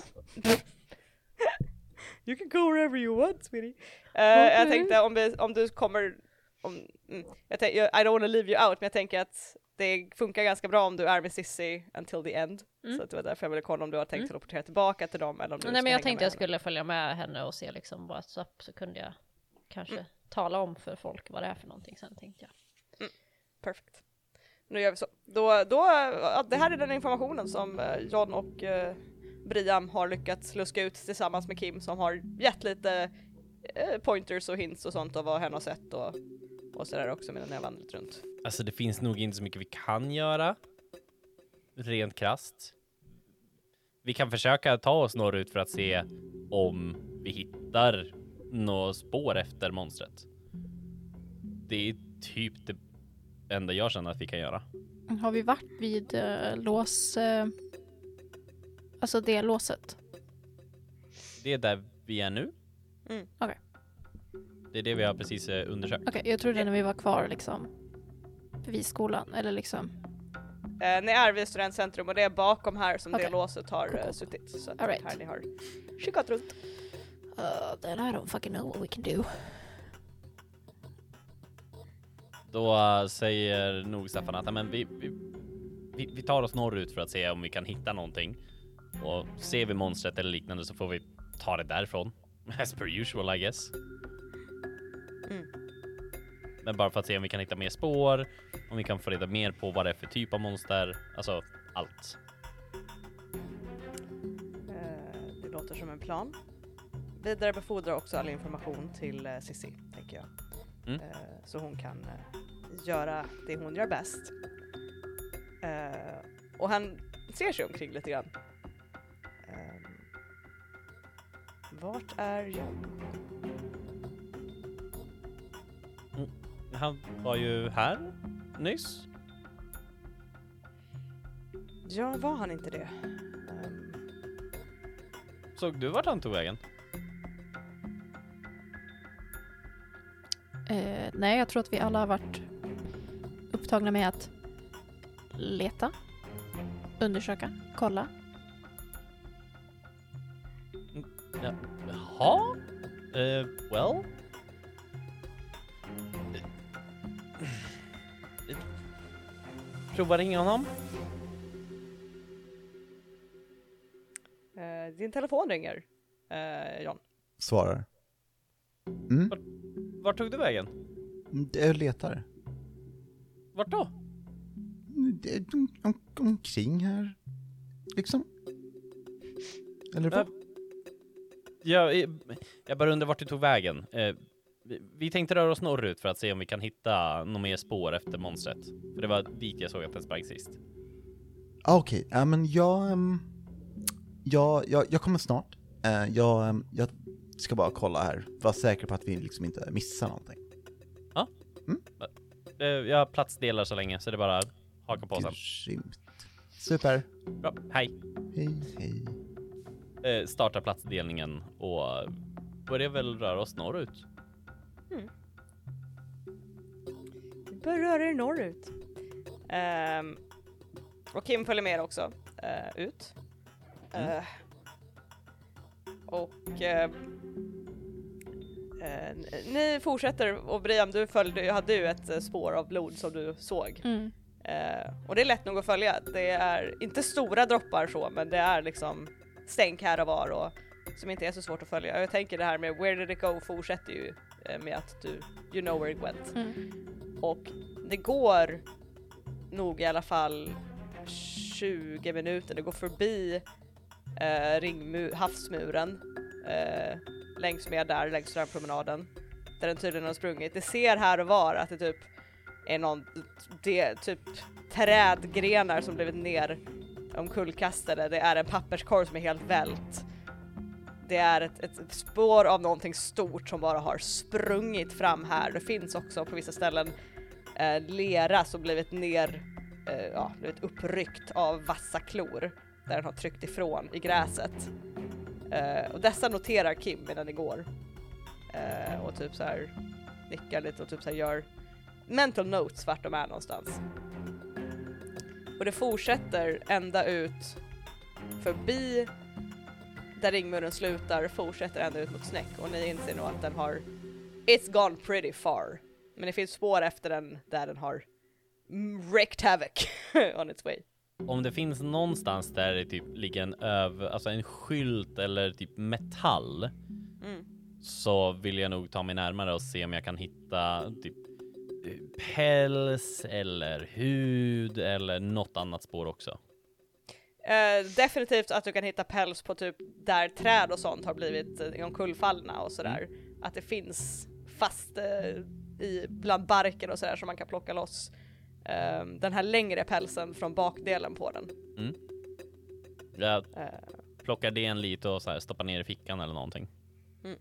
You can go wherever you want, sweetie. Uh, Jag tänkte om, vi, om du kommer... Om, mm, jag tänk, I don't want to leave you out, men jag tänker att det funkar ganska bra om du är med Sissi until the end. Mm. Så att det var därför jag ville kolla om du har tänkt Mm. att rapportera tillbaka till dem. Eller om du Nej, ska men jag hänga tänkte med jag skulle följa med henne och se liksom what's up, så kunde jag kanske Mm. tala om för folk vad det är för någonting sen, tänkte jag. Perfekt. Nu gör vi så. Då, då, ja, det här är den informationen som eh, John och eh, Brian har lyckats luska ut tillsammans med Kim, som har gett lite eh, pointers och hints och sånt av vad hen har sett och, och sådär också medan jag vandrat runt. Alltså det finns nog inte så mycket vi kan göra. Rent krasst. Vi kan försöka ta oss norrut för att se om vi hittar några spår efter monstret. Det är typ det enda jag känner att vi kan göra. Har vi varit vid uh, lås... Uh, alltså det låset? Det är där vi är nu. Mm. Okej. Det är det vi har precis eh, undersökt. Okej, jag trodde när vi var kvar liksom vid skolan, eller liksom... Eh, ni är vid studentcentrum och det är bakom här som Okej. det låset har Cool, eh, cool. suttit. Så att All right. här ni har kikat runt. Uh, then I don't fucking know what we can do. då uh, säger nog Staffan att men vi, vi, vi, vi tar oss norrut för att se om vi kan hitta någonting. Och ser vi monstret eller liknande så får vi ta det därifrån. As per usual, I guess. Mm. Men bara för att se om vi kan hitta mer spår, om vi kan få reda mer på vad det är för typ av monster, alltså allt. Eh, det låter som en plan. Vidare befordra också all information till eh, Sissi, tänker jag. Mm. Eh, så hon kan eh, göra det hon gör bäst. Eh, och han ser sig omkring lite grann. Eh, vart är John? Mm. Han var ju här nyss. Ja, var han inte det? Um, Såg du vart han tog vägen? Eh, nej, jag tror att vi alla har varit upptagna med att leta, undersöka, kolla. Ja. Jaha? Uh, well? Prova ringa honom. eh, din telefon ringer, eh, John. Svarar. Mm. Vart tog du vägen? Jag letar. Vart då? Det är om, om, omkring här. Liksom. Eller vad? Uh, ja, jag bara undrar vart du tog vägen. Uh, vi, vi tänkte röra oss norrut för att se om vi kan hitta några mer spår efter monstret. För det var dit jag såg att den sprang sist. Ah, okej, okay. Ja, men jag, um, jag, jag, jag kommer snart. Uh, jag, um, jag ska bara kolla här. Var säker på att vi liksom inte missar någonting. Ja. Mm? Uh, jag har platsdelar så länge så det är bara haka på sen. Grymt. Super. Bra, hej. Hej, hej. Uh, starta platsdelningen och börjar väl röra oss norrut. Mm. Vi börjar röra er norrut. Um, och Kim följer med också uh, ut. Mm. Uh, och uh, uh, ni fortsätter, och Brian, du följde, hade ju ett uh, spår av blod som du såg. Mm. Uh, och det är lätt nog att följa. Det är inte stora droppar så, men det är liksom stänk här och var och som inte är så svårt att följa. Jag tänker det här med where did it go fortsätter ju uh, med att du you know where it went. Mm. Och det går nog i alla fall tjugo minuter. Det går förbi eh, ringmu- havsmuren eh, längs med där, längs strandpromenaden. Där den tydligen har sprungit. Det ser här och var att det typ är någon det, typ trädgrenar som blivit ner omkullkastade. Det är en papperskorg som är helt vält. Det är ett, ett spår av någonting stort som bara har sprungit fram här. Det finns också på vissa ställen eh, lera som blivit ner, eh, ja, blivit uppryckt av vassa klor där den har tryckt ifrån i gräset. Eh, och dessa noterar Kim medan det går. Eh, och typ så här nickar lite och typ så här gör mental notes vart de är någonstans. Och det fortsätter ända ut förbi där ringmuren slutar, fortsätter ända ut mot Snäck, och ni inser nog att den har it's gone pretty far. Men det finns spår efter den där den har wreaked havoc on its way. Om det finns någonstans där det typ ligger en öv, alltså en skylt eller typ metall, Mm. så vill jag nog ta mig närmare och se om jag kan hitta typ päls eller hud eller något annat spår också. Uh, definitivt att du kan hitta päls på typ där träd och sånt har blivit uh, omkullfallna och sådär. Mm. Att det finns fast uh, i bland barken och sådär som man kan plocka loss. Uh, den här längre pälsen från bakdelen på den. Mm. Jag uh. plockar det en lite och så här stoppar ner i fickan eller någonting. Mm.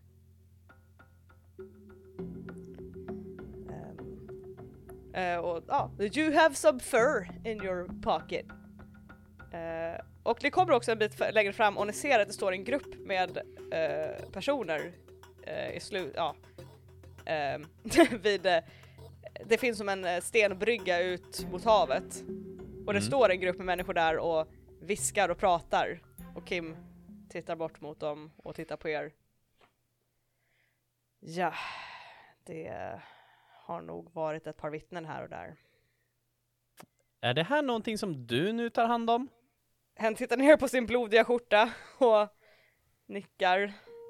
Um. Uh, och ja, uh, you have some fur in your pocket. Uh, och det kommer också en bit f- längre fram och ni ser att det står en grupp med uh, personer uh, i slu- ja, uh, vid, uh, det finns som en uh, stenbrygga ut mot havet och det Mm. står en grupp med människor där och viskar och pratar, och Kim tittar bort mot dem och tittar på er. Ja, det har nog varit ett par vittnen här och där. Är det här någonting som du nu tar hand om? Hen tittar ner på sin blodiga skjorta och nickar.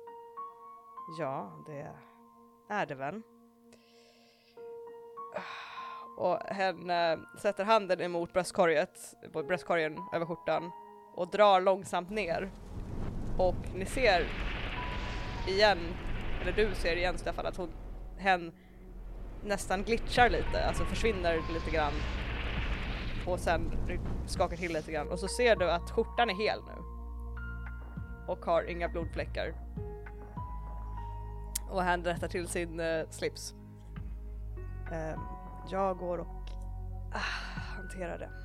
Ja, det är det väl. Och hen äh, sätter handen emot bröstkorget, bröstkorgen över skjortan och drar långsamt ner. Och ni ser igen, eller du ser igen Stefan, att hon, hen nästan glitchar lite, alltså försvinner lite grann. Och sen skakar till lite grann. Och så ser du att skjortan är hel nu. Och har inga blodfläckar. Och han rättar till sin uh, slips. Um, jag går och uh, hanterar det.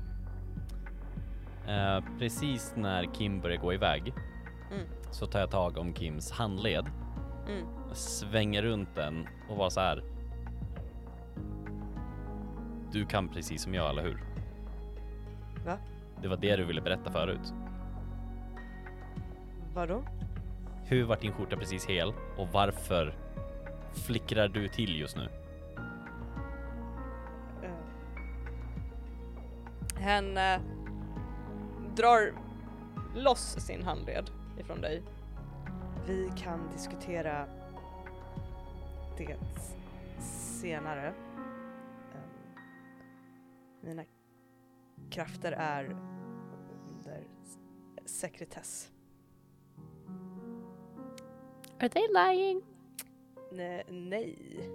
Uh, precis när Kim börjar gå iväg Mm. så tar jag tag om Kims handled. Mm. Svänger runt den och var så här. Du kan precis som jag, eller hur? Va? Det var det du ville berätta förut. Vadå? Hur var din skjorta precis hel och varför flickrar du till just nu? Uh. Hen uh, drar loss sin handled ifrån dig. Vi kan diskutera det senare. Um, mina krafter är under sekretess. Are they lying? Ne- nej.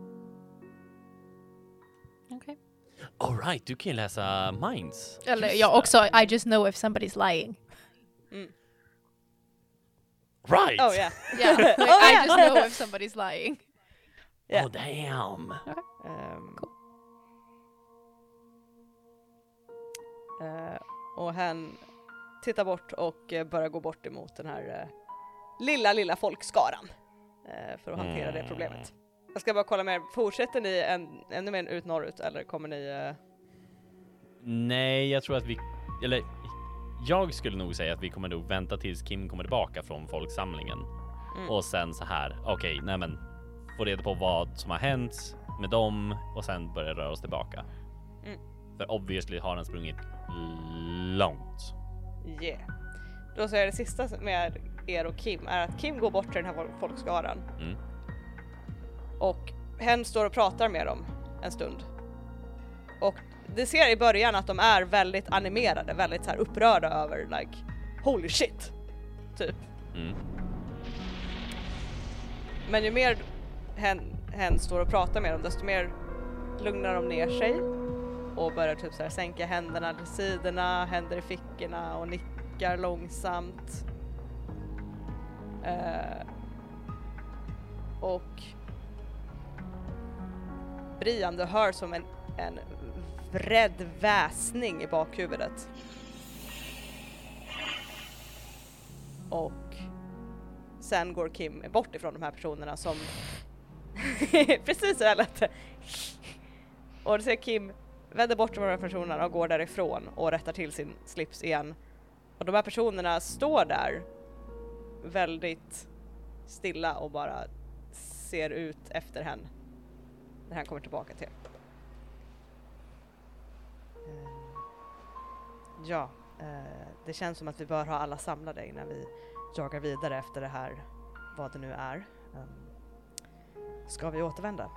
Okay. All right, du kan ju läsa minds. Eller Just jag det. också, I just know if somebody's lying. Mm. Right! Oh yeah. Yeah, like, Oh, I yeah. just know if somebody's lying. Yeah. Oh damn! Um, uh, och han tittar bort och uh, börjar gå bort emot den här uh, lilla, lilla folkskaran uh, för att hantera det problemet. Jag ska bara kolla med er, fortsätter ni en, ännu mer ut norrut eller kommer ni... Uh... Nej, jag tror att vi... Eller, jag skulle nog säga att vi kommer nog vänta tills Kim kommer tillbaka från folksamlingen. Mm. Och sen så här, okej, okay, nej men få reda på vad som har hänt med dem och sen börja röra oss tillbaka. Mm. För obviously har han sprungit långt. Yeah. Då så är det sista med er och Kim är att Kim går bort till den här folkskaran. Mm. Och hen står och pratar med dem en stund. Och det ser i början att de är väldigt animerade, väldigt så här upprörda över like holy shit typ. Mm. Men ju mer hen, hen står och pratar med dem, desto mer lugnar de ner sig och börjar typ så här sänka händerna till sidorna, händer i fickorna och nickar långsamt. Uh, och Brian, du hör som en, en rädd väsning i bakhuvudet. Och sen går Kim bort ifrån de här personerna som precis så här lät det. Och du ser Kim vänder bort de här personerna och går därifrån och rättar till sin slips igen. Och de här personerna står där väldigt stilla och bara ser ut efter henne när han kommer tillbaka till. Uh, ja, uh, det känns som att vi bör ha alla samlade innan vi jagar vidare efter det här, vad det nu är. Um, ska vi återvända?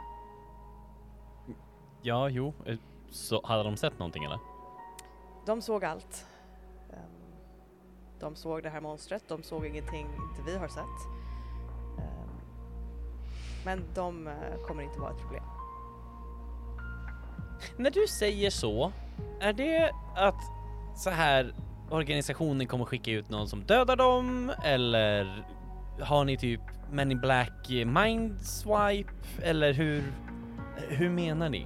Ja, jo. Så hade de sett någonting eller? De såg allt. Um, de såg det här monstret, de såg ingenting inte vi har sett. Um, men de uh, kommer inte vara ett problem. När du säger så, är det att så här organisationen kommer skicka ut någon som dödar dem, eller har ni typ Men in Black Mindswipe, eller hur hur menar ni?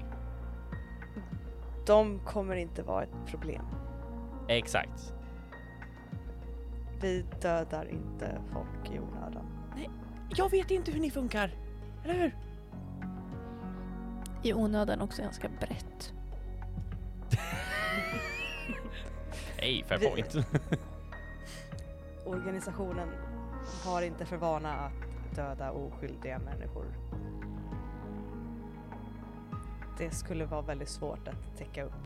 De kommer inte vara ett problem. Exakt. Vi dödar inte folk i onödan. Jag vet inte hur ni funkar. Eller hur? I onödan också ganska brett. Hej, fair Vi- point. Organisationen har inte för vana att döda oskyldiga människor. det skulle vara väldigt svårt att täcka upp.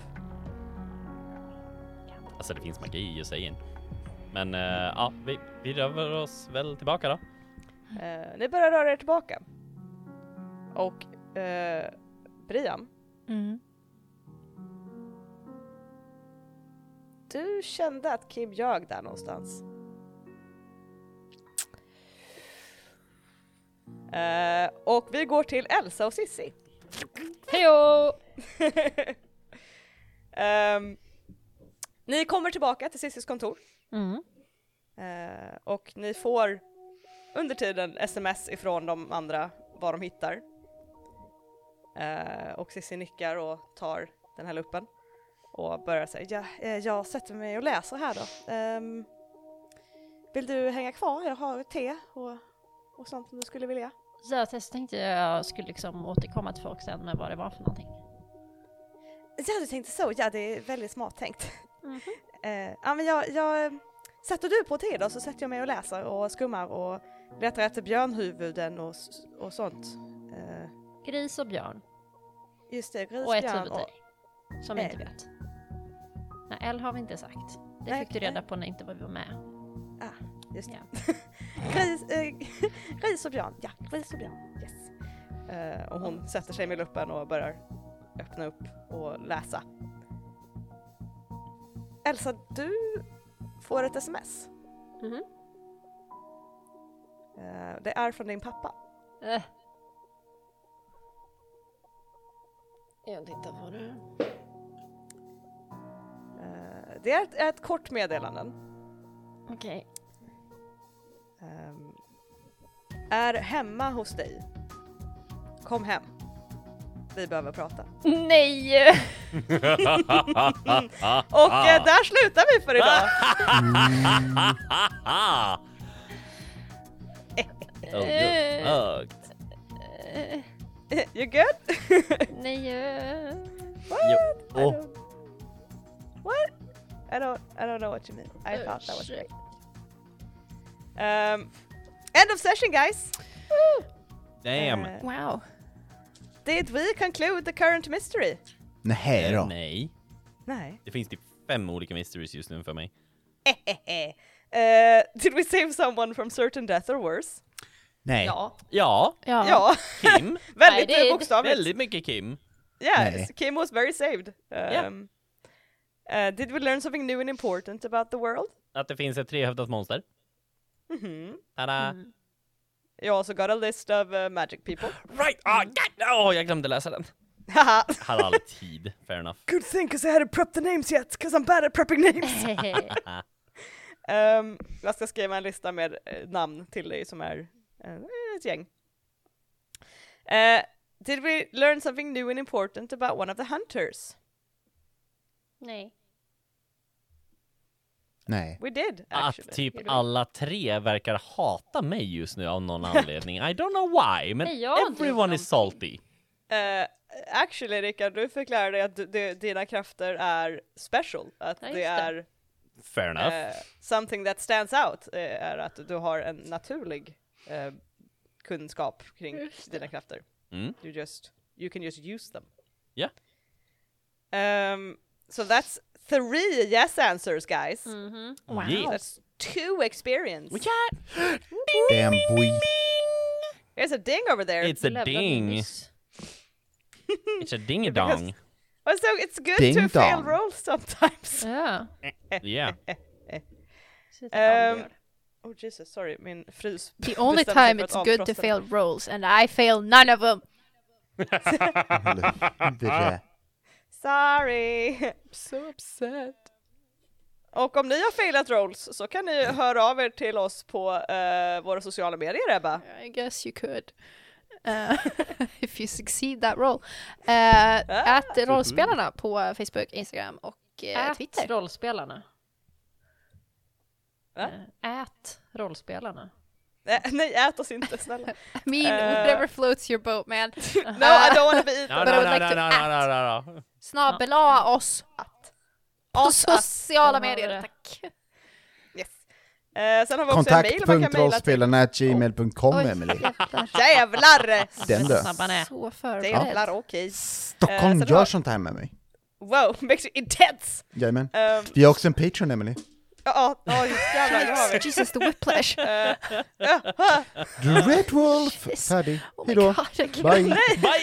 Alltså det finns magi i sig. Men uh, ja, vi, vi rör oss väl tillbaka då. Uh, ni börjar röra er tillbaka. Och uh, Brian, Mm. du kände att Kim ljög där någonstans. Uh, och vi går till Elsa och Sissi. Hejo! um, ni kommer tillbaka till Sissis kontor. Mm. Uh, och ni får under tiden sms ifrån de andra vad de hittar. Uh, och Sissi nickar och tar den här luppen. Och börjar säga, ja, eh, jag sätter mig och läser här då. Um, vill du hänga kvar? Jag har te och, och sånt om du skulle vilja. Så jag tänkte jag skulle liksom återkomma till folk sen med vad det var för någonting. Ja, du tänkte så. Ja, det är väldigt smart tänkt. Mm-hmm. uh, ja, men jag, jag sätter du på te då, så sätter jag mig och läser och skummar och letar efter björnhuvuden och, och sånt. Uh, Gris och björn. just det, gris, Och ett björn huvud till. Som vi inte älg. vet. Nej, älg har vi inte sagt. Det Nej, fick du reda nej. på när inte vi var med. Ah, just det. Ja. gris, äh, gris och björn. Ja, gris och björn. Yes. Uh, och hon sätter sig med luppen och börjar öppna upp och läsa. Elsa, du får ett sms. Mhm. Uh, det är från din pappa. Äh. Jag tittar på det. Uh, det är ett, ett kort meddelande. Okej. Um, är hemma hos dig. Kom hem. Vi behöver prata. Nej! Och eh, där slutar vi för idag. Oh, you're fucked. You good? Nej. eh. Jo. I Oh. don't- What? I don't I don't know what you mean. I Oh, thought that was shit. great. Um, end of session, guys. Damn. Uh, Wow. did we conclude the current mystery? Nej då. Nej. Nej. Det finns typ fem olika mysteries just nu för mig. uh, did we save someone from certain death or worse? Nej. Ja. Ja, Ja. Ja, Kim. väldigt I eh, did. bokstavligt. Väldigt mycket Kim. Yes, Nej. Kim was very saved. Um, Yeah. uh, did we learn something new and important about the world? Att det finns ett trehövdat monster. Mhm. Tada. Mm. You also got a list of uh, magic people. Right! Ah, oh, oh, jag glömde läsa den. Haha. Hade aldrig tid. Fair enough. Good thing, because I hadn't prepped the names yet, because I'm bad at prepping names. um, jag ska skriva en lista med eh, namn till dig som är eh, ett gäng. Uh, did we learn something new and important about one of the hunters? Nej. Nej. We did, Att actually. typ Did we? alla tre verkar hata mig just nu av någon anledning. I don't know why, men Nej, jag har inte gjort everyone is salty. Uh, actually, Rickard, du förklarar dig att du, du, dina krafter är special. Att Ja, just det det. är Fair enough. uh, something that stands out. Uh, är att du har en naturlig uh, kunskap kring Just dina krafter. Mm. You just, you can just use them. Yeah. Um, so that's three yes answers, guys. Mhm. Wow. Yeah. That's two experience. Damn boy. There's a ding over there. It's a Levlade ding. nyss. It's a ding dong. Oh, so it's good Ding to fail dong. rolls sometimes. Ja. Yeah. Så att jag aldrig Um, gör det. Oh Jesus, sorry, min frus The only bestämde sig time för att it's good to avfrosta fail den. rolls, and I fail none of them. Hundra. Sorry! So upset. Och om ni har failat rolls så kan ni höra av er till oss på uh, våra sociala medier, Ebba. I guess you could. Uh, if you succeed that roll. Uh, Att rollspelarna på Facebook, Instagram och uh, Ät Twitter. rollspelarna. Va? Eh, Ät rollspelarna. Nej, nej, ät oss inte, snälla. I mean, Uh, whatever floats your boat, man. No, I don't wanna be No, eaten. no, But I would no, like no, to no, act. no, no, no. Snabela oss på Oss att- sociala Där har vi medier, det. tack. Yes. Eh, sen har vi också Kontakt en mail man punkt kan mejla till. rollspelarna at gmail punkt com, Oj, Emily. jävlar. Jävlar! Den du. Snabba ner. Så förberedd. Jävlar, okej. Stockholm Eh, sen gör har- sånt här med mig. Wow, makes you intense! Jajamän. Um, Vi har också en Patreon, Emily. ja, ja, just jävlar, det har vi. Jesus, the whiplash. Eh, ja, ah, Red Wolf! Färdig. Oh my Hejdå. god, jag kan- Bye.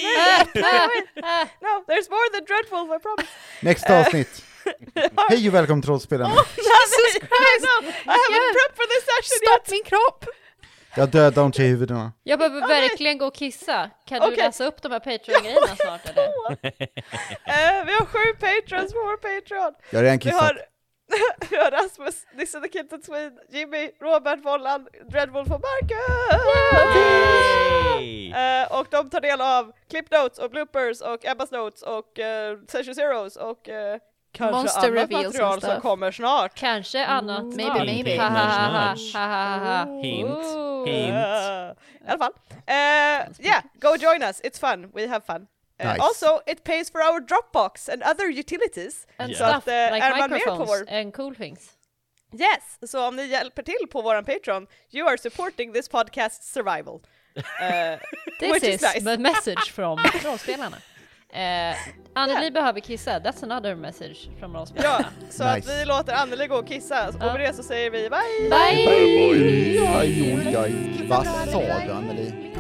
no, there's more than dreadful, I promise. Nästa avsnitt. Hej och välkommen till Rollspelarna. Jesus Christ! No, I haven't prepped for this session yet! Stopp min kropp! Jag dödar dem till huvudena. Jag behöver verkligen gå och kissa. Kan du Okej. läsa upp de här Patreon-grejerna snart eller? Eh, vi har sju patrons på vår Patreon. Jag har redan Vi kissat. har, vi har Rasmus, Nisse the Kitten Swede, Jimmy, Robert, Vollan, Dreadwolf och Marcus! Yay! Eh, och de tar del av clip notes och bloopers och Ebbas notes och uh, Session Zeros och uh, kanske Monster annat reveals material and som stuff. kommer snart. Kanske annat Maybe, snart. maybe. Ha, ha, ha, ha, Nudge, nudge. ha, ha, ha, ha. Hint, Ooh. hint. Uh, I alla fall. Uh, yeah, go join us. It's fun. We have fun. Uh, Nice. Also, it pays for our Dropbox and other utilities. And Yeah. Så att, stuff, eh, like är man med på microphones vår... and cool things. Yes! Så om ni hjälper till på våran Patreon, you are supporting this podcast's survival. Uh, This Which is is nice. a message from rollspelarna. Eh, Anneli Yeah. behöver kissa, that's another message från ja, rollspelarna. så att Nice. vi låter Anneli gå och kissa, och Ja. med det så säger vi bye! Bye! Oj, oj, oj. Vad sa du, Anneli?